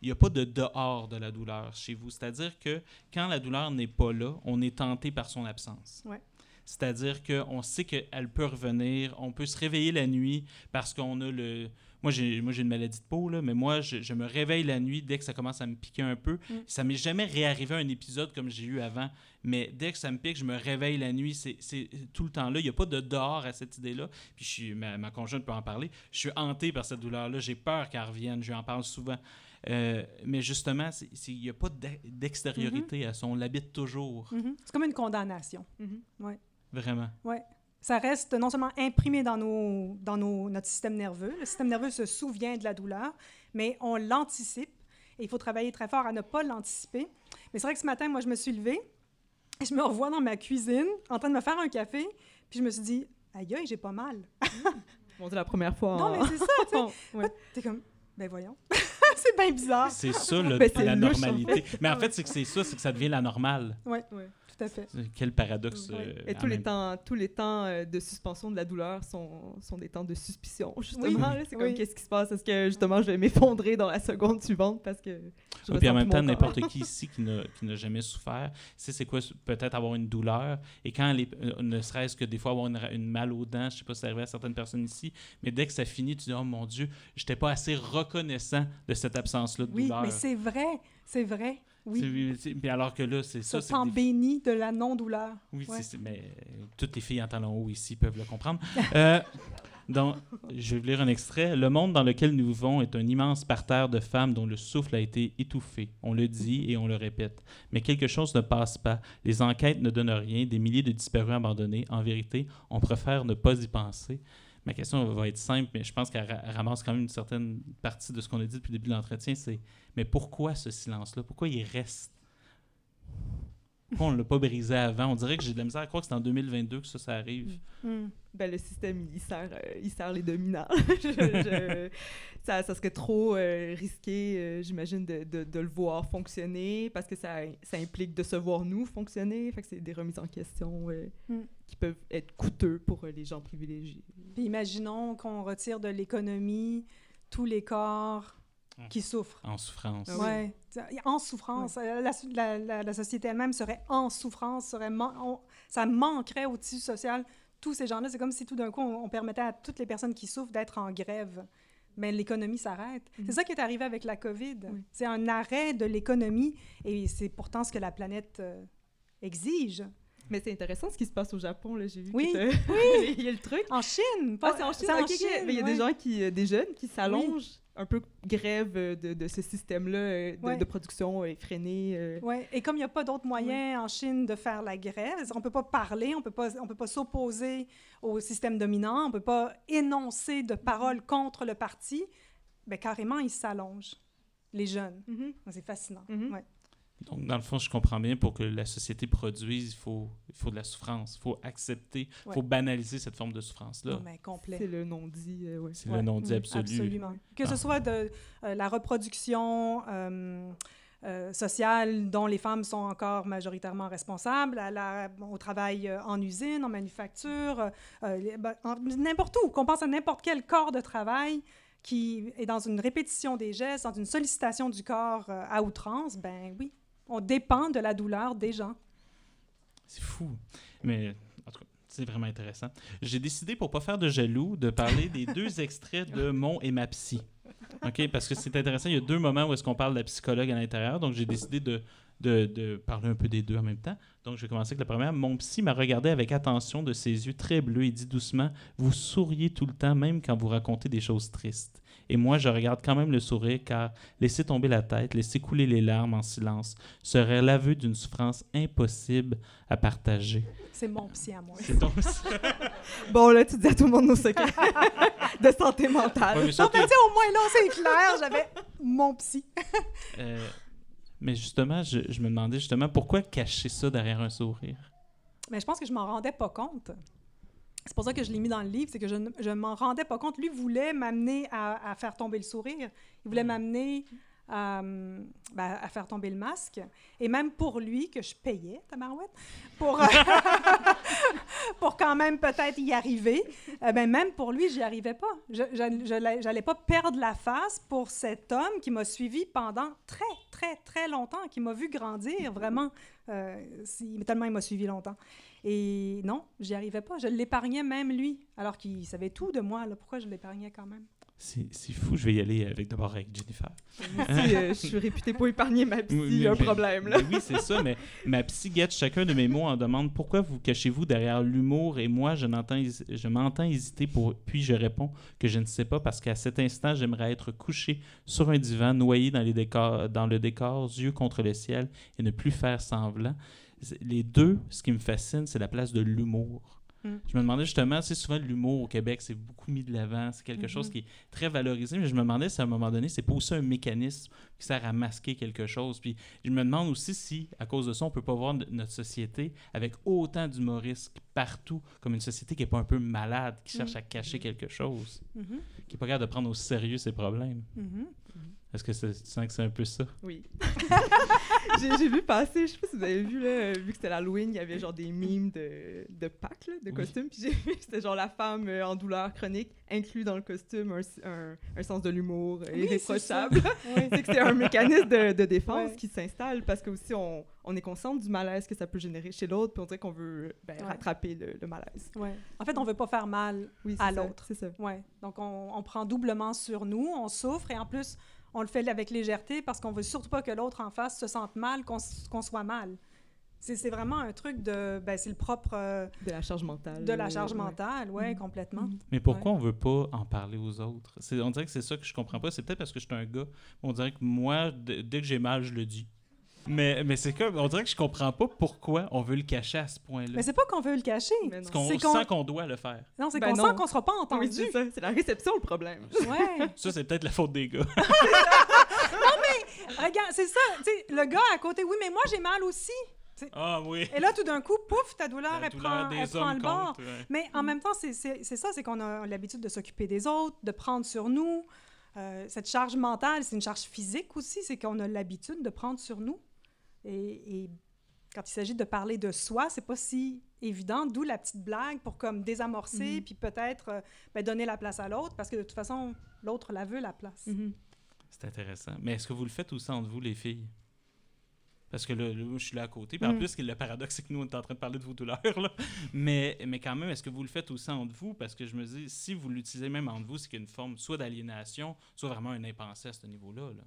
il n'y a pas de dehors de la douleur chez vous. C'est-à-dire que quand la douleur n'est pas là, on est tenté par son absence. Ouais. C'est-à-dire qu'on sait qu'elle peut revenir, on peut se réveiller la nuit parce qu'on a le... Moi, j'ai, moi, j'ai une maladie de peau, là, mais moi, je, je me réveille la nuit dès que ça commence à me piquer un peu. Mm. Ça m'est jamais réarrivé un épisode comme j'ai eu avant, mais dès que ça me pique, je me réveille la nuit. C'est, c'est tout le temps là. Il n'y a pas de dehors à cette idée-là. Puis je suis, ma, ma conjointe peut en parler. Je suis hanté par cette douleur-là. J'ai peur qu'elle revienne. Je lui en parle souvent. Euh, mais justement, il n'y a pas d'extériorité mm-hmm. à ça. On l'habite toujours. Mm-hmm. C'est comme une condamnation. Mm-hmm. Ouais. Vraiment. Oui. Ça reste non seulement imprimé dans, nos, dans nos, notre système nerveux. Le système nerveux se souvient de la douleur, mais on l'anticipe. Et il faut travailler très fort à ne pas l'anticiper. Mais c'est vrai que ce matin, moi, je me suis levée et je me revois dans ma cuisine en train de me faire un café. Puis je me suis dit, aïe, aïe, j'ai pas mal. Bon, c'est la première fois. Non, en... mais c'est ça, tu sais. Ouais. T'es comme, ben voyons. C'est bien bizarre. C'est ça, le, ben, c'est la louche, normalité. En fait. Mais en fait, c'est que c'est ça, c'est que ça devient la normale. Oui, oui. Tout à fait. Quel paradoxe. Oui. Euh, Et tous les, temps, tous les temps euh, de suspension de la douleur sont, sont des temps de suspicion, justement. Oui. Là, c'est comme, oui. Qu'est-ce qui se passe? Est-ce que, justement, je vais m'effondrer dans la seconde suivante parce que je oui, puis en même temps, n'importe qui ici qui n'a, qui n'a jamais souffert, c'est, c'est quoi peut-être avoir une douleur. Et quand elle est, euh, ne serait-ce que des fois avoir une, une mal aux dents, je ne sais pas si c'est arrivé à certaines personnes ici, mais dès que ça finit, tu dis « Oh mon Dieu, je n'étais pas assez reconnaissant de cette absence-là de oui, douleur. » Oui, mais c'est vrai, c'est vrai. Oui. C'est, c'est, alors que là, c'est ça. Se sent béni de la non-douleur. Oui, ouais. c'est, c'est, mais euh, toutes les filles en talons hauts ici peuvent le comprendre. euh, donc, je vais vous lire un extrait. « Le monde dans lequel nous vivons est un immense parterre de femmes dont le souffle a été étouffé. On le dit et on le répète. Mais quelque chose ne passe pas. Les enquêtes ne donnent rien. Des milliers de disparus abandonnés. En vérité, on préfère ne pas y penser. » Ma question va être simple, mais je pense qu'elle ramasse quand même une certaine partie de ce qu'on a dit depuis le début de l'entretien. C'est, mais pourquoi ce silence-là? Pourquoi il reste? Pourquoi on ne l'a pas brisé avant? On dirait que j'ai de la misère à croire que c'est en deux mille vingt-deux que ça, ça arrive. Mm. Ben, le système, il sert, euh, il sert les dominants. je, je, ça, ça serait trop euh, risqué, euh, j'imagine, de, de, de le voir fonctionner parce que ça, ça implique de se voir nous fonctionner. Fait que c'est des remises en question euh, mm. qui peuvent être coûteux pour euh, les gens privilégiés. Puis imaginons qu'on retire de l'économie tous les corps qui souffrent. En souffrance. Oui, en souffrance. Ouais. La, la, la, la société elle-même serait en souffrance, serait man- on, ça manquerait au tissu social. Tous ces gens-là, c'est comme si tout d'un coup, on, on permettait à toutes les personnes qui souffrent d'être en grève. Mais l'économie s'arrête. Mm-hmm. C'est ça qui est arrivé avec la COVID. Oui. C'est un arrêt de l'économie et c'est pourtant ce que la planète euh, exige. Mais c'est intéressant ce qui se passe au Japon, là, j'ai vu. Oui, que oui. Il y a le truc. En Chine. Pas... Ah, c'est en Chine. C'est okay, en Chine. Okay. Mais il y a ouais. des gens qui, euh, des jeunes qui s'allongent, oui. un peu grève de, de ce système-là euh, de, ouais. de production effrénée. Euh... Oui, et comme il n'y a pas d'autres moyens oui. en Chine de faire la grève, on ne peut pas parler, on peut pas, on peut pas s'opposer au système dominant, on ne peut pas énoncer de paroles contre le parti, bien carrément, ils s'allongent, les jeunes. Mm-hmm. C'est fascinant. Mm-hmm. Ouais. Donc, dans le fond, je comprends bien, pour que la société produise, il faut, il faut de la souffrance. Il faut accepter, il ouais. faut banaliser cette forme de souffrance-là. Non, mais complet. C'est le non-dit. Euh, ouais. C'est ouais. le non-dit oui, absolu. Absolument. Que ah. ce soit de euh, la reproduction euh, euh, sociale dont les femmes sont encore majoritairement responsables, à la, au travail euh, en usine, en manufacture, euh, ben, en, n'importe où, qu'on pense à n'importe quel corps de travail qui est dans une répétition des gestes, dans une sollicitation du corps euh, à outrance, ben oui. On dépend de la douleur des gens. C'est fou. Mais, en tout cas, c'est vraiment intéressant. J'ai décidé, pour ne pas faire de jaloux, de parler des deux extraits de Mon et ma psy. OK? Parce que c'est intéressant. Il y a deux moments où est-ce qu'on parle de la psychologue à l'intérieur. Donc, j'ai décidé de, de, de parler un peu des deux en même temps. Donc, je vais commencer avec la première. Mon psy m'a regardé avec attention de ses yeux très bleus et dit doucement « Vous souriez tout le temps, même quand vous racontez des choses tristes. » Et moi, je regarde quand même le sourire, car laisser tomber la tête, laisser couler les larmes en silence, serait l'aveu d'une souffrance impossible à partager. C'est mon psy à moi. C'est ton psy. Bon, là, tu dis à tout le monde nos secrets de santé mentale. Ouais, mais non, mais au moins, là, c'est clair, j'avais mon psy. euh, mais justement, je, je me demandais justement, pourquoi cacher ça derrière un sourire? Mais je pense que je m'en rendais pas compte. C'est pour ça que je l'ai mis dans le livre, c'est que je ne je m'en rendais pas compte. Lui voulait m'amener à, à faire tomber le sourire. Il voulait m'amener à, ben, à faire tomber le masque. Et même pour lui, que je payais, tabarouette, pour, pour quand même peut-être y arriver, euh, ben, même pour lui, j'y arrivais pas. Je n'allais pas perdre la face pour cet homme qui m'a suivi pendant très, très, très longtemps, qui m'a vu grandir, vraiment. Euh, si, tellement il m'a suivi longtemps. Et non, j'y arrivais pas. Je l'épargnais même lui, alors qu'il savait tout de moi. Là. Pourquoi je l'épargnais quand même? C'est, c'est fou, je vais y aller avec d'abord avec Jennifer. Moi aussi, euh, je suis réputée pour épargner ma psy, il y a un problème là. Oui, c'est ça, mais ma psy guette chacun de mes mots en demande pourquoi vous cachez-vous derrière l'humour et moi, je, n'entends, je m'entends hésiter, pour, puis je réponds que je ne sais pas parce qu'à cet instant, j'aimerais être couché sur un divan, noyé dans, les décors, dans le décor, yeux contre le ciel et ne plus faire semblant. Les deux, ce qui me fascine, c'est la place de l'humour. Mm. Je me demandais justement, c'est souvent l'humour au Québec, c'est beaucoup mis de l'avant, c'est quelque mm-hmm. chose qui est très valorisé, mais je me demandais si à un moment donné, c'est pas aussi un mécanisme qui sert à masquer quelque chose. Puis je me demande aussi si, à cause de ça, on peut pas voir notre société avec autant d'humoristes partout, comme une société qui est pas un peu malade, qui cherche mm. à cacher quelque chose, mm-hmm. qui est pas capable de prendre au sérieux ses problèmes. Mm-hmm. Est-ce que tu sens que c'est un peu ça? Oui. j'ai, j'ai vu passer, je sais pas si vous avez vu, là, vu que c'était l'Halloween, il y avait genre des mimes de, de Pâques, là, de oui. costumes, puis j'ai vu que c'était genre la femme euh, en douleur chronique, inclus dans le costume un, un, un sens de l'humour euh, oui, irréprochable. C'est, oui. c'est que c'est un mécanisme de, de défense ouais. qui s'installe, parce que aussi on, on est conscient du malaise que ça peut générer chez l'autre, puis on dirait qu'on veut ben, ouais. rattraper le, le malaise. Ouais. En fait, on veut pas faire mal oui, à ça, l'autre. C'est ça. Ouais. Donc on, on prend doublement sur nous, on souffre, et en plus... on le fait avec légèreté parce qu'on veut surtout pas que l'autre en face se sente mal, qu'on, qu'on soit mal. C'est, c'est vraiment un truc de... Ben, c'est le propre... Euh, de la charge mentale. De la charge euh, mentale, oui, ouais, mmh. complètement. Mais pourquoi ouais. on veut pas en parler aux autres? C'est, on dirait que c'est ça que je comprends pas. C'est peut-être parce que je suis un gars. On dirait que moi, d- dès que j'ai mal, je le dis. Mais, mais c'est comme... On dirait que je comprends pas pourquoi on veut le cacher à ce point-là. Mais c'est pas qu'on veut le cacher. C'est qu'on c'est qu'on... sent qu'on doit le faire. Non, c'est ben qu'on non. sent qu'on sera pas entendu. Oui, c'est ça. C'est la réception, le problème. Ouais. Ça, c'est peut-être la faute des gars. Non, mais regarde, c'est ça. Tu sais, le gars à côté, oui, mais moi, j'ai mal aussi. T'sais. Ah oui. Et là, tout d'un coup, pouf, ta douleur, la elle douleur prend, elle prend le bord. Ouais. Mais en même temps, c'est, c'est, c'est ça, c'est qu'on a l'habitude de s'occuper des autres, de prendre sur nous. Euh, cette charge mentale, c'est une charge physique aussi, c'est qu'on a l'habitude de prendre sur nous. Et, et quand il s'agit de parler de soi, c'est pas si évident, d'où la petite blague pour comme désamorcer, mm-hmm. puis peut-être euh, ben, donner la place à l'autre, parce que de toute façon, l'autre la veut, la place. Mm-hmm. C'est intéressant. Mais est-ce que vous le faites aussi entre vous, les filles? Parce que là, là je suis là à côté. Puis en mm. plus, le paradoxe, c'est que nous, on est en train de parler de vos douleurs. Là. Mais, mais quand même, est-ce que vous le faites aussi entre vous? Parce que je me dis, si vous l'utilisez même entre vous, c'est qu'il y a une forme soit d'aliénation, soit vraiment un impensé à ce niveau-là. Là.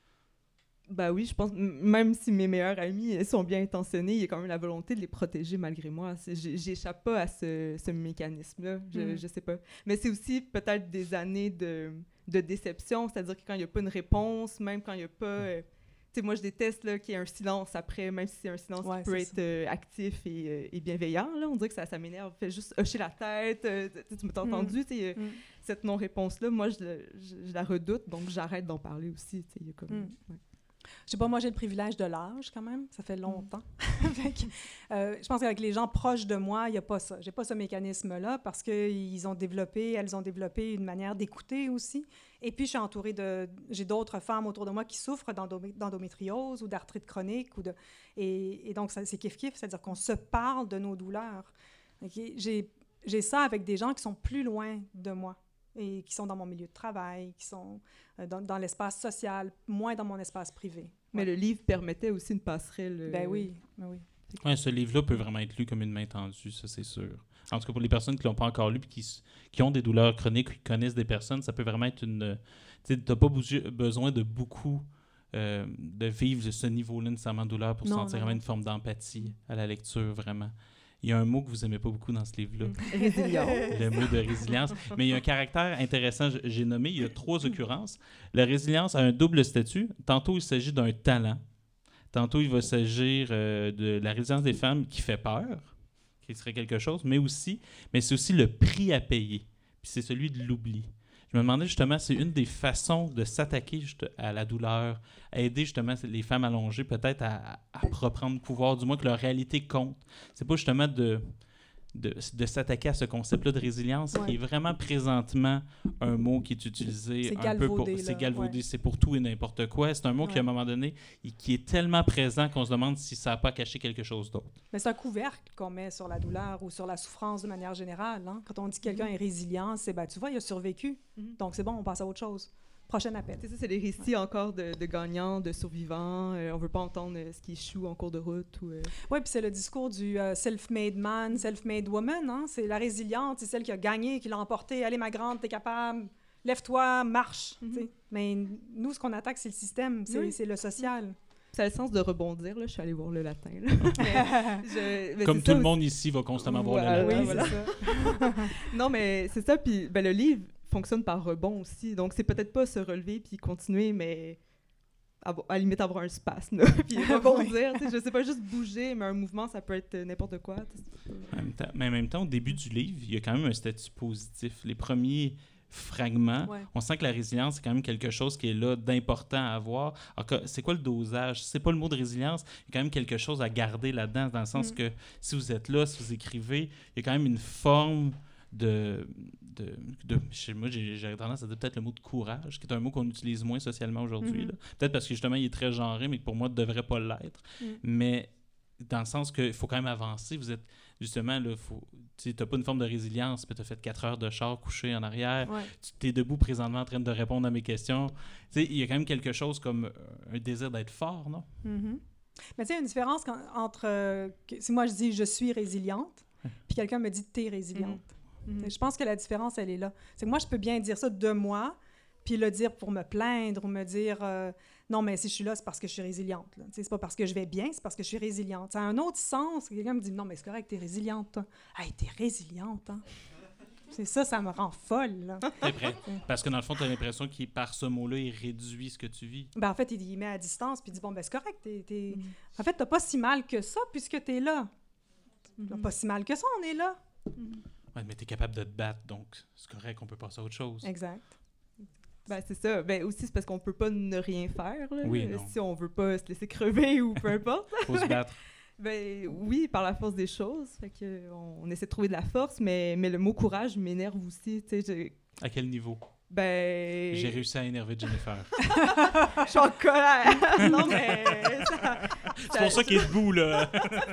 Ben oui, je pense, même si mes meilleurs amis sont bien intentionnés, il y a quand même la volonté de les protéger malgré moi. C'est, j'échappe pas à ce, ce mécanisme-là, je, mm. je sais pas. Mais c'est aussi peut-être des années de, de déception, c'est-à-dire que quand il n'y a pas une réponse, même quand il n'y a pas... Euh, tu sais, moi, je déteste là, qu'il y ait un silence après, même si c'est un silence ouais, qui peut être euh, actif et, euh, et bienveillant. Là. On dirait que ça, ça m'énerve. Fait juste hocher la tête. Euh, tu m'as entendu? Mm. Euh, mm. Cette non-réponse-là, moi, je, je, je la redoute, donc j'arrête d'en parler aussi. Il y a comme... Mm. Ouais. Je sais pas, moi, j'ai le privilège de l'âge, quand même. Ça fait longtemps. Avec, euh, je pense qu'avec les gens proches de moi, il n'y a pas ça. J'ai pas ce mécanisme-là parce qu'ils ont développé, elles ont développé une manière d'écouter aussi. Et puis, je suis entourée de... J'ai d'autres femmes autour de moi qui souffrent d'endom- d'endométriose ou d'arthrite chronique. Ou de, et, et donc, ça, c'est kiff-kiff, c'est-à-dire qu'on se parle de nos douleurs. Okay? J'ai, j'ai ça avec des gens qui sont plus loin de moi et qui sont dans mon milieu de travail, qui sont euh, dans, dans l'espace social, moins dans mon espace privé. Mais ouais. Le livre permettait aussi une passerelle. Euh... Ben oui, ben oui. Ouais, ce livre-là peut vraiment être lu comme une main tendue, ça c'est sûr. En tout cas, pour les personnes qui ne l'ont pas encore lu et qui, qui ont des douleurs chroniques ou qui connaissent des personnes, ça peut vraiment être une... Tu n'as pas bou- besoin de beaucoup euh, de vivre ce niveau-là nécessairement de douleur pour non, sentir non. vraiment une forme d'empathie à la lecture, vraiment. Il y a un mot que vous n'aimez pas beaucoup dans ce livre-là. Résilience. Le mot de résilience. Mais il y a un caractère intéressant, j'ai nommé, il y a trois occurrences. La résilience a un double statut. Tantôt, il s'agit d'un talent. Tantôt, il va s'agir euh, de la résilience des femmes qui fait peur, qui serait quelque chose, mais aussi, mais c'est aussi le prix à payer. Puis c'est celui de l'oubli. Je me demandais justement, c'est une des façons de s'attaquer juste à la douleur, à aider justement les femmes allongées peut-être à, à reprendre pouvoir, du moins que leur réalité compte. C'est pas justement de, de, de s'attaquer à ce concept-là de résilience, Ouais. qui est vraiment présentement un mot qui est utilisé C'est un peu pour... galvaudé, C'est là, galvaudé, ouais. c'est pour tout et n'importe quoi. C'est un mot qui, à Ouais. un moment donné, il- qui est tellement présent qu'on se demande si ça n'a pas caché quelque chose d'autre. Mais c'est un couvercle qu'on met sur la douleur ou sur la souffrance de manière générale. Hein? Quand on dit que quelqu'un est résilient, c'est, ben, tu vois, il a survécu. Mhm. Donc, c'est bon, on passe à autre chose. Prochain appel. C'est ça, c'est des récits encore de, de gagnants, de survivants. Euh, on veut pas entendre euh, ce qui échoue en cours de route. Ou, euh... Oui, puis c'est le discours du euh, self-made man, self-made woman. Hein? C'est la résiliente, c'est celle qui a gagné, qui l'a emporté. Allez, ma grande, t'es capable. Lève-toi, marche. Mhm. tu sais. Mais nous, ce qu'on attaque, c'est le système, c'est, Oui. c'est le social. Ça a le sens de rebondir. Là. Je suis allée voir le latin. Là. Mais je- mais Comme c'est tout ça le aussi. monde ici va constamment voir Voilà. le latin. oui, voilà. c'est ça. Non, mais c'est ça. Puis ben, le livre fonctionne par rebond aussi. Donc, c'est peut-être pas se relever puis continuer, mais avo- à la limite avoir un spasme. là, puis rebondir. tu sais, Je sais pas, juste bouger, mais un mouvement, ça peut être euh, n'importe quoi. tu sais. En même temps, mais en même temps, au début du livre, il y a quand même un statut positif. Les premiers fragments, Ouais. on sent que la résilience, c'est quand même quelque chose qui est là d'important à avoir. Alors, que- c'est quoi le dosage? C'est pas le mot de résilience, il y a quand même quelque chose à garder là-dedans, dans le sens Mm. que si vous êtes là, si vous écrivez, il y a quand même une forme de... de, de chez moi, j'ai, j'ai tendance à dire peut-être le mot de courage, qui est un mot qu'on utilise moins socialement aujourd'hui. Mhm. là. Peut-être parce que justement, il est très genré, mais que pour moi, ne devrait pas l'être. Mm. Mais dans le sens qu'il faut quand même avancer. Vous êtes justement, là, faut, tu n'as pas une forme de résilience, puis tu as fait quatre heures de char couché en arrière. Ouais. Tu es debout présentement en train de répondre à mes questions. Tu sais, il y a quand même quelque chose comme euh, un désir d'être fort, non? Mhm. Mais tu sais, il y a une différence quand- entre... euh, que- si moi, je dis « je suis résiliente », puis quelqu'un me dit « t'es résiliente Mhm. Je pense que la différence, elle est là. C'est que moi, je peux bien dire ça de moi, puis le dire pour me plaindre ou me dire euh, non, mais si je suis là, c'est parce que je suis résiliente. Là. Tu sais, c'est pas parce que je vais bien, c'est parce que je suis résiliente. Ça a un autre sens. Quelqu'un me dit non, mais c'est correct, t'es résiliente, toi. Hey, t'es résiliente, hein? C'est ça, ça me rend folle. Là. T'es prêt? Parce que dans le fond, tu as l'impression qu'il, par ce mot-là, il réduit ce que tu vis. Ben, en fait, il, il met à distance, puis il dit bon, ben c'est correct. T'es, t'es... Mhm. En fait, t'as pas si mal que ça puisque t'es là. T'as Mhm. pas si mal que ça, on est là. Ouais, mais tu es capable de te battre, donc c'est correct, on peut passer à autre chose. Exact. Ben, c'est ça. Ben, aussi, c'est parce qu'on peut pas ne rien faire. Là, Oui, euh, non. si on veut pas se laisser crever ou peu importe. Faut se battre. Ben oui, par la force des choses. Fait que on, on essaie de trouver de la force, mais, mais le mot courage m'énerve aussi. Tu sais, je- À quel niveau? ben. J'ai réussi à énerver Jennifer. Je suis en colère. Non, mais. ça- C'est pour ça qu'il est debout, là.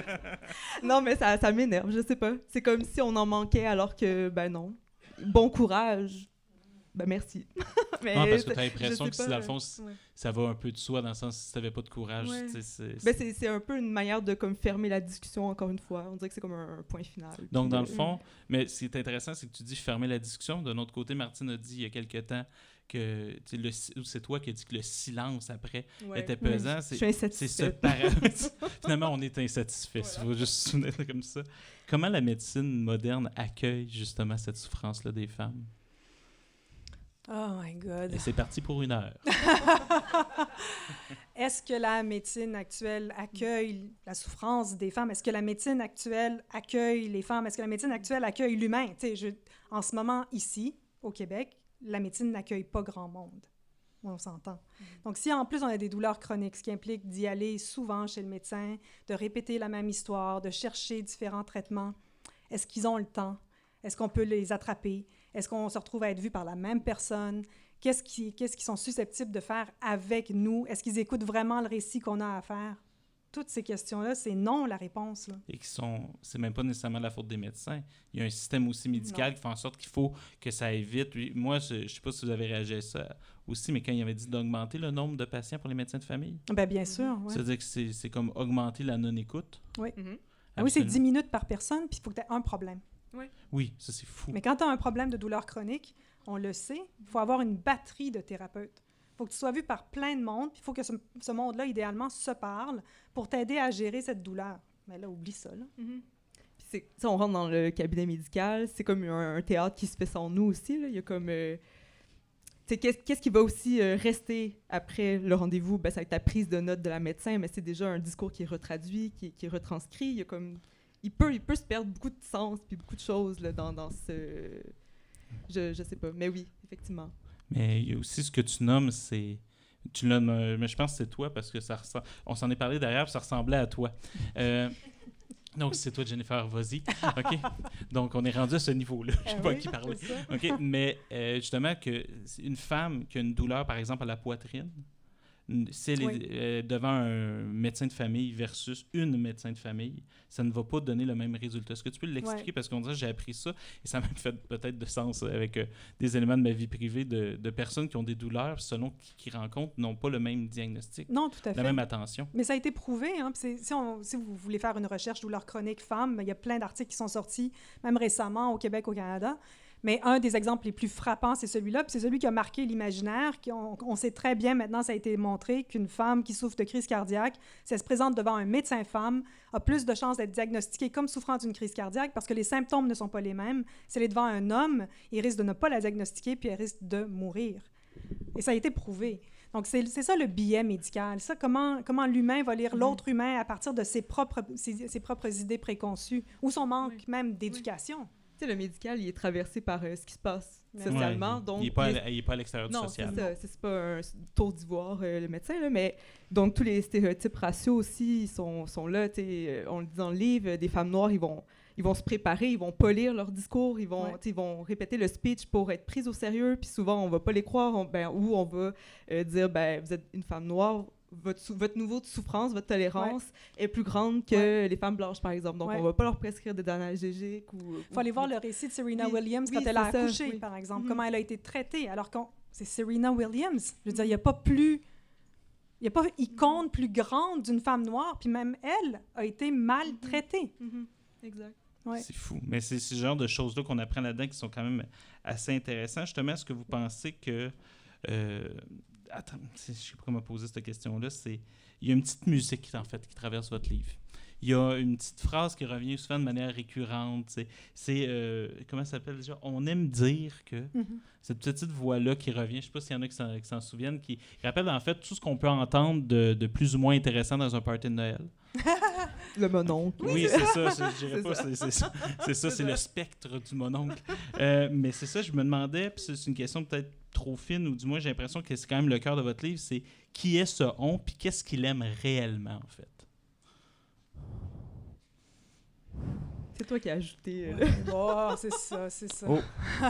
Non, mais ça, ça m'énerve, je sais pas. C'est comme si on en manquait alors que, ben non. Bon courage. Ben merci. Mais Non, parce que tu as je l'impression sais que si, pas, dans le fond, c- ouais. ça va un peu de soi, dans le sens si tu n'avais pas de courage. Ouais. tu sais, c'est- Ben, c'est, c'est un peu une manière de comme fermer la discussion encore une fois. On dirait que c'est comme un, un point final. Donc, Puis, dans le euh, fond, mais ce qui est intéressant, c'est que tu dis fermer la discussion. D'un autre côté, Martine a dit il y a quelque temps que tu sais, le si- ou c'est toi qui as dit que le silence après ouais. était pesant. Je C'est, suis c'est ce insatisfaite. paramètre. Finalement, on est insatisfait. Il faut juste se souvenir comme ça. Comment la médecine moderne accueille justement cette souffrance-là des femmes? Oh my God. Et c'est parti pour une heure. Est-ce que la médecine actuelle accueille la souffrance des femmes? Est-ce que la médecine actuelle accueille les femmes? Est-ce que la médecine actuelle accueille l'humain? Tu sais, je- en ce moment, ici, au Québec, la médecine n'accueille pas grand monde. On s'entend. Donc, si en plus on a des douleurs chroniques, ce qui implique d'y aller souvent chez le médecin, de répéter la même histoire, de chercher différents traitements, est-ce qu'ils ont le temps? Est-ce qu'on peut les attraper? Est-ce qu'on se retrouve à être vu par la même personne? Qu'est-ce qui, qu'est-ce qu'ils sont susceptibles de faire avec nous? Est-ce qu'ils écoutent vraiment le récit qu'on a à faire? Toutes ces questions-là, c'est non la réponse. Là. Et qui sont, c'est même pas nécessairement la faute des médecins. Il y a un système aussi médical Non. qui fait en sorte qu'il faut que ça aille vite. Oui, moi, je, je sais pas si vous avez réagi à ça aussi, mais quand il avait dit d'augmenter le nombre de patients pour les médecins de famille, Ben, bien sûr. Ouais. c'est-à-dire que c'est, c'est comme augmenter la non-écoute. Mhm. Ah oui, c'est Absolument. dix minutes par personne, puis il faut que tu aies un problème. Oui, ça c'est fou. Mais quand tu as un problème de douleur chronique, on le sait, il faut avoir une batterie de thérapeutes. Il faut que tu sois vu par plein de monde, puis il faut que ce, ce monde-là, idéalement, se parle pour t'aider à gérer cette douleur. Mais là, oublie ça. Là. Mhm. Puis c'est, tu sais, on rentre dans le cabinet médical, c'est comme un, un théâtre qui se fait sans nous aussi. Là. Il y a comme. euh, tu sais, qu'est-ce, qu'est-ce qui va aussi euh, rester après le rendez-vous? Ben, ça va être ta prise de notes de la médecin, mais c'est déjà un discours qui est retraduit, qui, est- qui est retranscrit. Il y a comme. Il peut, il peut se perdre beaucoup de sens puis beaucoup de choses là, dans, dans ce. Je, je sais pas, mais oui, effectivement. Mais il y a aussi ce que tu nommes, c'est... Tu l'as, mais je pense que c'est toi, parce que ça ressemble... On s'en est parlé d'ailleurs, puis ça ressemblait à toi. Euh, Donc, c'est toi, Jennifer, vas-y. OK? Donc, on est rendu à ce niveau-là. Je ne sais Ah pas oui, à qui parler. c'est ça. OK? Mais euh, justement, que c'est une femme qui a une douleur, par exemple, à la poitrine, n- si elle Oui. est euh, devant un médecin de famille versus une médecin de famille, ça ne va pas donner le même résultat. Est-ce que tu peux l'expliquer? Ouais. Parce qu'on dirait que j'ai appris ça et ça m'a fait peut-être de sens avec euh, des éléments de ma vie privée de, de personnes qui ont des douleurs selon qui, qui rencontrent n'ont pas le même diagnostic, Non, tout à la fait. même attention. Mais ça a été prouvé. Hein, puis c'est- si, on- si vous voulez faire une recherche douleur chronique femme, il y a plein d'articles qui sont sortis, même récemment au Québec, au Canada. Mais un des exemples les plus frappants, c'est celui-là. Puis c'est celui qui a marqué l'imaginaire. Qui on, on sait très bien, maintenant, ça a été montré, qu'une femme qui souffre de crise cardiaque, si elle se présente devant un médecin femme, a plus de chances d'être diagnostiquée comme souffrant d'une crise cardiaque parce que les symptômes ne sont pas les mêmes. Si elle est devant un homme, il risque de ne pas la diagnostiquer puis elle risque de mourir. Et ça a été prouvé. Donc, c'est c'est ça le biais médical. Ça, comment, comment l'humain va lire l'autre humain à partir de ses propres, ses, ses propres idées préconçues ou son manque Oui. même d'éducation. Tu sais, le médical, il est traversé par euh, ce qui se passe Ouais. socialement. Ouais, donc, il n'est pas, les- à- il est pas à l'extérieur du Non, social. c'est ça. C'est c'est pas un tour d'ivoire, euh, le médecin, là, mais donc tous les stéréotypes raciaux aussi, ils sont, sont là. tu sais, euh, on le dit dans le livre, euh, des femmes noires, ils vont, ils vont se préparer, ils vont polir leur discours, ils vont, Ouais. tu sais, ils vont répéter le speech pour être prises au sérieux, puis souvent, on va pas les croire, on- ben, ou on va euh, dire, ben, vous êtes une femme noire, votre, sou- votre niveau de souffrance, votre tolérance est plus grande que Ouais. les femmes blanches, par exemple. Donc, Ouais. on va pas leur prescrire des analgésiques ou... Il faut aller voir le récit de Serena Oui, Williams oui, quand elle a c'est ça, accouché, oui. par exemple, Mhm. comment elle a été traitée, alors que c'est Serena Williams. Je veux dire, il n'y a pas plus... Il n'y a pas icône plus grande d'une femme noire, puis même elle a été maltraitée. Mhm. Exact. Ouais. C'est fou. Mais c'est ce genre de choses-là qu'on apprend là-dedans qui sont quand même assez intéressants. Justement, est-ce que vous pensez que... Euh, attends, je ne sais pas comment poser cette question-là. C'est, il y a une petite musique, en fait, qui traverse votre livre. Il y a une petite phrase qui revient souvent de manière récurrente. C'est, c'est euh, comment ça s'appelle déjà? On aime dire que... Mhm. Cette petite voix-là qui revient, je ne sais pas s'il y en a qui s'en, qui s'en souviennent, qui rappelle en fait tout ce qu'on peut entendre de, de plus ou moins intéressant dans un party de Noël. Le mononcle. Oui, c'est ça. Je, je dirais C'est pas, ça. c'est, c'est ça. C'est ça, c'est le spectre du mononcle. Euh, mais c'est ça, je me demandais, puis c'est c'est une question peut-être trop fine, ou du moins j'ai l'impression que c'est quand même le cœur de votre livre, c'est qui est ce on, puis qu'est-ce qu'il aime réellement, en fait. C'est toi qui as ajouté... euh, Ouais. Oh, c'est ça, c'est ça. Oh.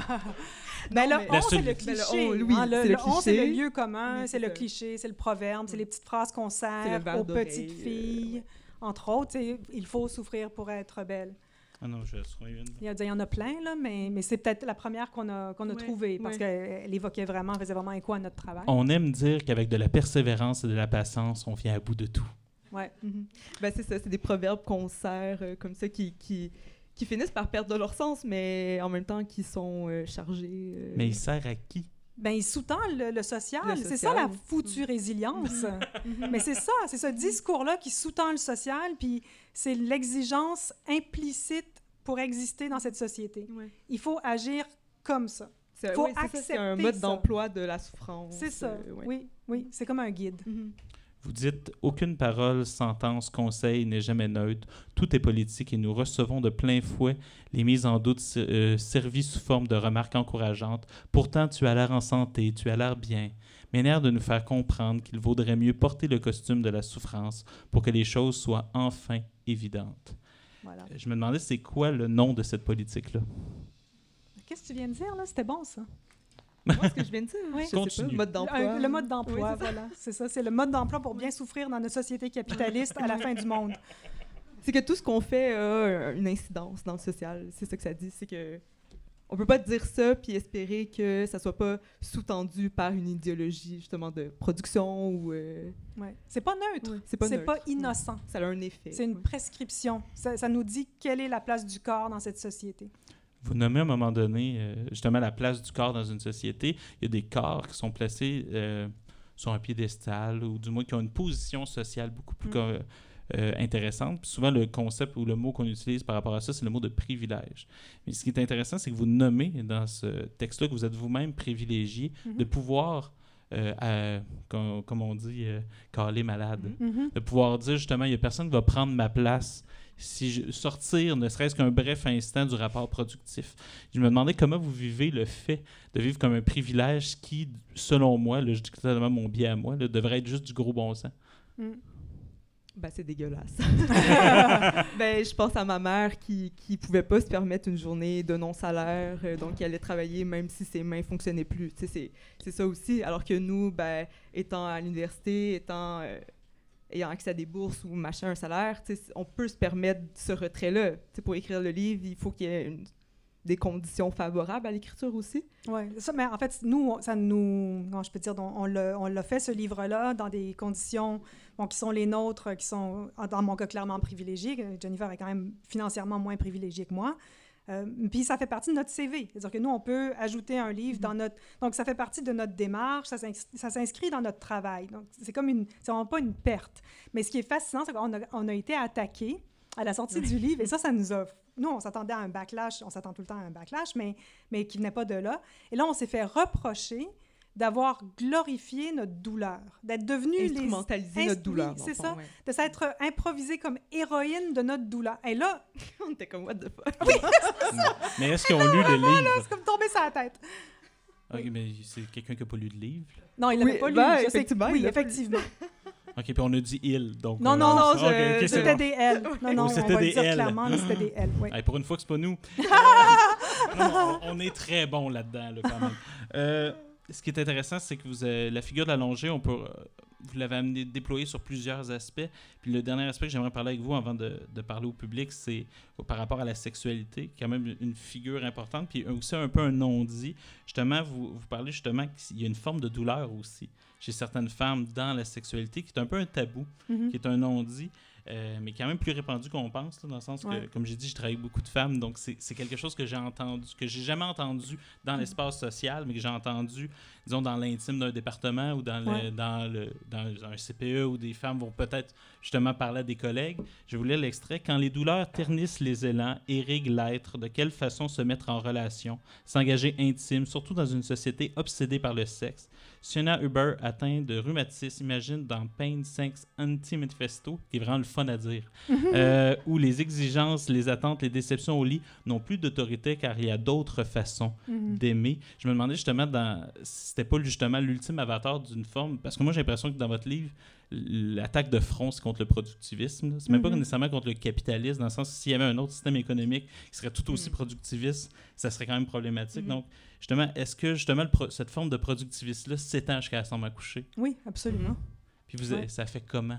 Ben, Non, le mais- on, La c'est seule- le Ben, cliché. le on, oui, hein, le, c'est le le on, c'est le cliché. lieu commun, Oui, c'est le ça. cliché, c'est le proverbe, c'est Mm. les petites phrases qu'on C'est le sert verre aux d'oreille, petites euh, filles. ouais. Entre autres, tu sais, il faut souffrir pour être belle. Ah non, je trouve une. Il y, a, il y en a plein, là, mais, mais c'est peut-être la première qu'on a, qu'on a Ouais, trouvée, parce ouais. qu'elle évoquait vraiment, elle faisait vraiment écho à notre travail. On aime dire qu'avec de la persévérance et de la patience, on vient à bout de tout. Ouais. Mhm. Ben, c'est ça, c'est des proverbes qu'on sert euh, comme ça qui, qui, qui finissent par perdre de leur sens, mais en même temps qui sont euh, chargés. euh, Mais il sert à qui? Ben, il sous-tend le, le social. Le C'est social. ça la foutue résilience. Mhm. Mais c'est ça, c'est ce discours-là qui sous-tend le social, puis c'est l'exigence implicite pour exister dans cette société. Ouais. Il faut agir comme ça. C'est, Faut ouais, c'est ça, c'est un accepter mode ça. d'emploi de la souffrance. C'est ça. euh, ouais. Oui, oui, c'est comme un guide. Mhm. Vous dites « Aucune parole, sentence, conseil n'est jamais neutre. Tout est politique et nous recevons de plein fouet les mises en doute euh, servies sous forme de remarques encourageantes. Pourtant, tu as l'air en santé, tu as l'air bien. Mais l'air de nous faire comprendre qu'il vaudrait mieux porter le costume de la souffrance pour que les choses soient enfin évidentes. Voilà. Euh, » Je me demandais c'est quoi le nom de cette politique-là. Qu'est-ce que tu viens de dire, là? C'était bon, ça. Moi, ce que je viens de dire, Oui. je sais Continue. pas, mode d'emploi. Un- le mode d'emploi, Oui, c'est ça. voilà. C'est ça, c'est le mode d'emploi pour bien souffrir dans notre société capitaliste à la fin du monde. C'est que tout ce qu'on fait a une incidence dans le social. C'est ça que ça dit. C'est que on peut pas dire ça puis espérer que ça soit pas sous-tendu par une idéologie justement de production ou euh, Ouais. C'est pas neutre. ouais, c'est pas C'est neutre. pas innocent. Ça a un effet. C'est une Ouais. prescription. Ça, ça nous dit quelle est la place du corps dans cette société. Vous nommez à un moment donné euh, justement la place du corps dans une société. Il y a des corps qui sont placés euh, sur un piédestal ou du moins qui ont une position sociale beaucoup plus Mm. co- euh, intéressante. Puis souvent, le concept ou le mot qu'on utilise par rapport à ça, c'est le mot de privilège. Mais ce qui est intéressant, c'est que vous nommez dans ce texte-là que vous êtes vous-même privilégié Mhm. de pouvoir, euh, à- comme, comme on dit, euh, caler malade. Mhm. Mhm. De pouvoir dire justement, il n'y a personne qui va prendre ma place si je sortir ne serait-ce qu'un bref instant du rapport productif. Je me demandais comment vous vivez le fait de vivre comme un privilège qui, selon moi, là, je dis totalement mon biais à moi, là, devrait être juste du gros bon sens. Mm. Ben, c'est dégueulasse. ben, je pense à ma mère qui qui pouvait pas se permettre une journée de non-salaire, euh, donc elle allait travailler même si ses mains fonctionnaient plus. Tu sais, c'est c'est ça aussi. Alors que nous, ben, étant à l'université, étant euh, ayant accès à des bourses ou machin, un salaire, tu sais, on peut se permettre ce retrait-là. Tu sais, pour écrire le livre, il faut qu'il y ait une, des conditions favorables à l'écriture aussi. Oui, ça, mais en fait, nous, on- ça nous, comment je peux dire, on, on l'a on l'a fait, ce livre-là, dans des conditions bon, qui sont les nôtres, qui sont, dans mon cas, clairement privilégiées. Jennifer est quand même financièrement moins privilégiée que moi. Euh, puis ça fait partie de notre C V. C'est-à-dire que nous, on peut ajouter un livre dans notre... Donc, ça fait partie de notre démarche, ça s'ins- ça s'inscrit dans notre travail. Donc, c'est comme une... C'est vraiment pas une perte. Mais ce qui est fascinant, c'est qu'on a, on a été attaqués à la sortie du livre, et ça, ça nous a... Nous, on s'attendait à un backlash, on s'attend tout le temps à un backlash, mais, mais qui venait pas de là. Et là, on s'est fait reprocher d'avoir glorifié notre douleur, d'être devenus les... Instrumentaliser Inst- notre douleur. oui, dans c'est le fond, ça. ouais. de s'être improvisé comme héroïne de notre douleur. Et là, On était comme, what the fuck? Mais est-ce qu'ils ont lu le livre? c'est comme tomber sur la tête. OK, mais c'est quelqu'un qui n'a pas lu de livre. Non, il l'avait Oui, pas lu. ben, je sais- effectivement, oui, il l'a pas lu. effectivement. OK, puis on a dit « il », donc... Non, euh, non, non, OK, je- OK, c'est C'était bon. des L. Non, non, Oh, on c'était va des le dire L. clairement, mais c'était des L, oui. Hey, pour une fois que c'est pas nous. Non, on, on est très bon là-dedans, là, quand même. Euh, ce qui est intéressant, c'est que vous avez, la figure de l'allongé, on peut, euh, vous l'avez amené déployée sur plusieurs aspects. Puis le dernier aspect que j'aimerais parler avec vous avant de, de parler au public, c'est par rapport à la sexualité, quand même une figure importante, puis aussi un peu un non-dit. Justement, vous, vous parlez justement qu'il y a une forme de douleur aussi chez certaines femmes dans la sexualité, qui est un peu un tabou, Mhm. qui est un non-dit. Euh, mais quand même plus répandu qu'on pense, là, dans le sens que, Ouais. comme j'ai dit, je travaille avec beaucoup de femmes, donc c'est c'est quelque chose que j'ai entendu, que j'ai jamais entendu dans l'espace social, mais que j'ai entendu, disons, dans l'intime d'un département ou dans, le, Ouais. dans, le, dans un C P E où des femmes vont peut-être justement parler à des collègues. Je vous lis l'extrait. « Quand les douleurs ternissent les élans, ériguent l'être, de quelle façon se mettre en relation, s'engager intime, surtout dans une société obsédée par le sexe. Sienna Huber, atteinte de rhumatisme, imagine dans Pain, Sex, Anti-Manifesto, qui est vraiment le fun à dire, euh, où les exigences, les attentes, les déceptions au lit n'ont plus d'autorité car il y a d'autres façons Mhm. d'aimer. » Je me demandais justement dans, si c'était pas justement l'ultime avatar d'une forme, parce que moi j'ai l'impression que dans votre livre, l'attaque de front, c'est contre le productivisme. là. C'est même pas Mhm. nécessairement contre le capitalisme, dans le sens que s'il y avait un autre système économique qui serait tout aussi Mhm. productiviste, ça serait quand même problématique. Mhm. Donc, justement, est-ce que justement le pro- cette forme de productivisme-là s'étend jusqu'à la chambre à coucher? Oui, absolument. Puis vous, Ouais. ça fait comment?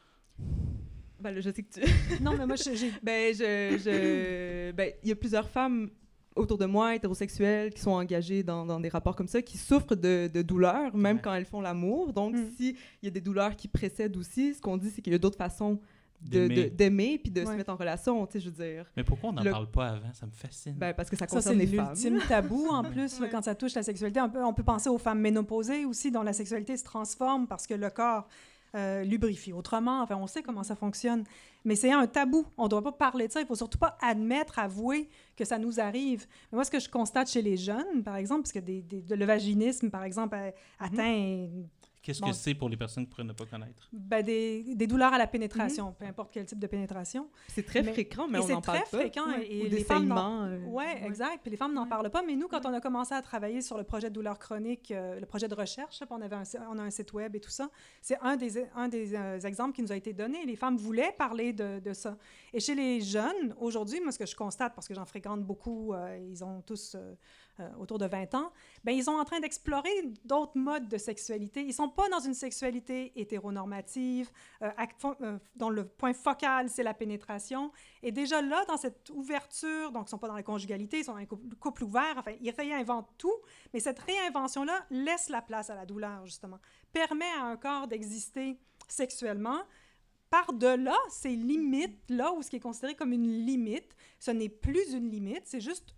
Ben, là, je sais que tu... Non, mais moi, j'ai... j'ai- Ben, je, je, ben, il y a plusieurs femmes autour de moi, hétérosexuelles, qui sont engagées dans, dans des rapports comme ça, qui souffrent de, de douleurs, même Ouais. quand elles font l'amour. Donc, Mm. s'il y a des douleurs qui précèdent aussi, ce qu'on dit, c'est qu'il y a d'autres façons de- D'aimer. de- d'aimer puis de Ouais. se mettre en relation, tu sais, je veux dire. Mais pourquoi on n'en Le- parle pas avant? Ça me fascine. Ben, parce que ça Ça, c'est concerne les femmes. l'ultime tabou, en plus, là, Ouais. quand ça touche la sexualité. On peut, on peut penser aux femmes ménopausées aussi, dont la sexualité se transforme parce que le corps euh, lubrifie autrement. Enfin, on sait comment ça fonctionne. Mais c'est un tabou. On ne doit pas parler de ça. Il ne faut surtout pas admettre, avouer que ça nous arrive. Mais moi, ce que je constate chez les jeunes, par exemple, parce que des, des- de- le vaginisme, par exemple, a- atteint Qu'est-ce Bon. que c'est pour les personnes qui pourraient ne pas connaître? ben, des, des douleurs à la pénétration, peu importe quel type de pénétration. C'est très Mais- fréquent, mais et on c'est n'en parle très pas. fréquent, Ouais. et Ou les des femmes n'en- saignements. euh, Oui, ouais. exact. Puis les femmes n'en Ouais. parlent pas. Mais nous, quand on a commencé à travailler sur le projet de douleur chronique, euh, le projet de recherche, là, puis on, avait un, si- on a un site web et tout ça, c'est un des, un des euh, exemples qui nous a été donné. Les femmes voulaient parler de, de ça. Et chez les jeunes, aujourd'hui, moi, ce que je constate, parce que j'en fréquente beaucoup, euh, ils ont tous euh, euh, autour de vingt ans, ben, ils sont en train d'explorer d'autres modes de sexualité. Ils ne sont pas dans une sexualité hétéronormative, euh, act- fo- euh, dont le point focal, c'est la pénétration. Et déjà là, dans cette ouverture, donc ils ne sont pas dans la conjugalité, ils sont dans un couple, couple ouvert, enfin, ils réinventent tout, mais cette réinvention-là laisse la place à la douleur, justement, permet à un corps d'exister sexuellement. Par-delà ces limites-là, ou ce qui est considéré comme une limite, ce n'est plus une limite, c'est juste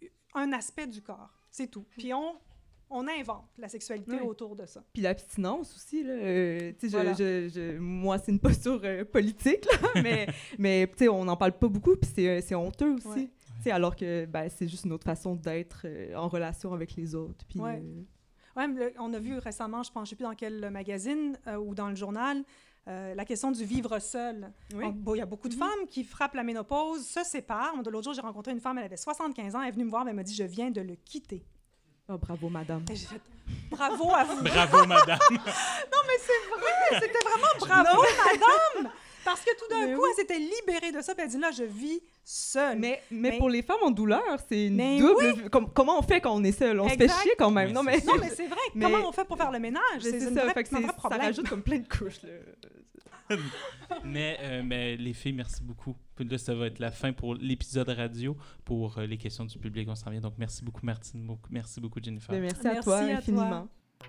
un aspect du corps, c'est tout. Puis on, on invente la sexualité Ouais. autour de ça. Puis l'abstinence aussi, là. euh, tu sais, je- Voilà. je, je- moi, c'est une posture euh, politique, là, mais, mais tu sais, on n'en parle pas beaucoup, puis c'est, euh, c'est honteux aussi. Ouais. Tu sais, alors que ben, c'est juste une autre façon d'être euh, en relation avec les autres. Puis, Ouais. euh, Ouais, mais le- on a vu récemment, je pense, je ne sais plus dans quel magazine euh, ou dans le journal, euh, la question du vivre seul. Oui. On- bon, il y a beaucoup de Mhm. femmes qui frappent la ménopause, se séparent. De l'autre jour, j'ai rencontré une femme, elle avait soixante-quinze ans, elle est venue me voir, elle m'a dit « Je viens de le quitter Oh, bravo, madame. ». Et j'ai fait « Bravo à vous! » Bravo, madame! Non, mais c'est vrai! C'était vraiment « Bravo, madame! » Parce que tout d'un Mais coup, oui. elle s'était libérée de ça, puis elle dit, là, je vis seule. Mais, mais Mais- pour les femmes en douleur, c'est une Mais double... Com- comment on fait quand on est seul? On se Exact. fait chier quand même. Mais non, c'est mais... Non, mais c'est vrai. Mais- Comment on fait pour faire le ménage? Mais C'est c'est une ça, vraie- fait que un c'est- vrai ça problème. rajoute comme plein de couches. Là. mais, euh, mais les filles, merci beaucoup. Puis là, ça va être la fin pour l'épisode radio, pour euh, les questions du public. On s'en vient. Donc, merci beaucoup, Martine. Beaucoup- Merci beaucoup, Jennifer. Mais merci, à Merci toi à toi. infiniment.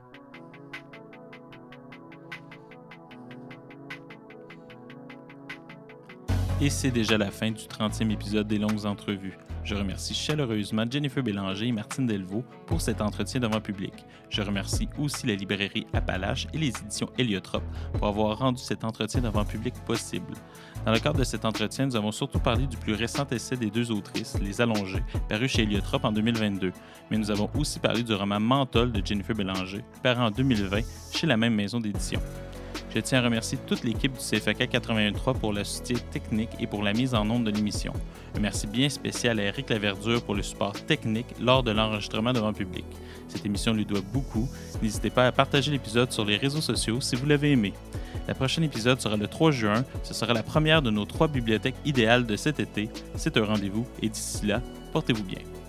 Et c'est déjà la fin du trentième épisode des Longues Entrevues. Je remercie chaleureusement Jennifer Bélanger et Martine Delvaux pour cet entretien devant public. Je remercie aussi la librairie Appalache et les éditions Héliotrope pour avoir rendu cet entretien devant public possible. Dans le cadre de cet entretien, nous avons surtout parlé du plus récent essai des deux autrices, Les Allongés, paru chez Héliotrope en deux mille vingt-deux. Mais nous avons aussi parlé du roman Menthol de Jennifer Bélanger, paru en deux mille vingt chez la même maison d'édition. Je tiens à remercier toute l'équipe du C F A K quatre-vingt-un trois pour le soutien technique et pour la mise en onde de l'émission. Un merci bien spécial à Éric Laverdure pour le support technique lors de l'enregistrement devant public. Cette émission lui doit beaucoup. N'hésitez pas à partager l'épisode sur les réseaux sociaux si vous l'avez aimé. Le prochain épisode sera le trois juin. Ce sera la première de nos trois bibliothèques idéales de cet été. C'est un rendez-vous et d'ici là, portez-vous bien.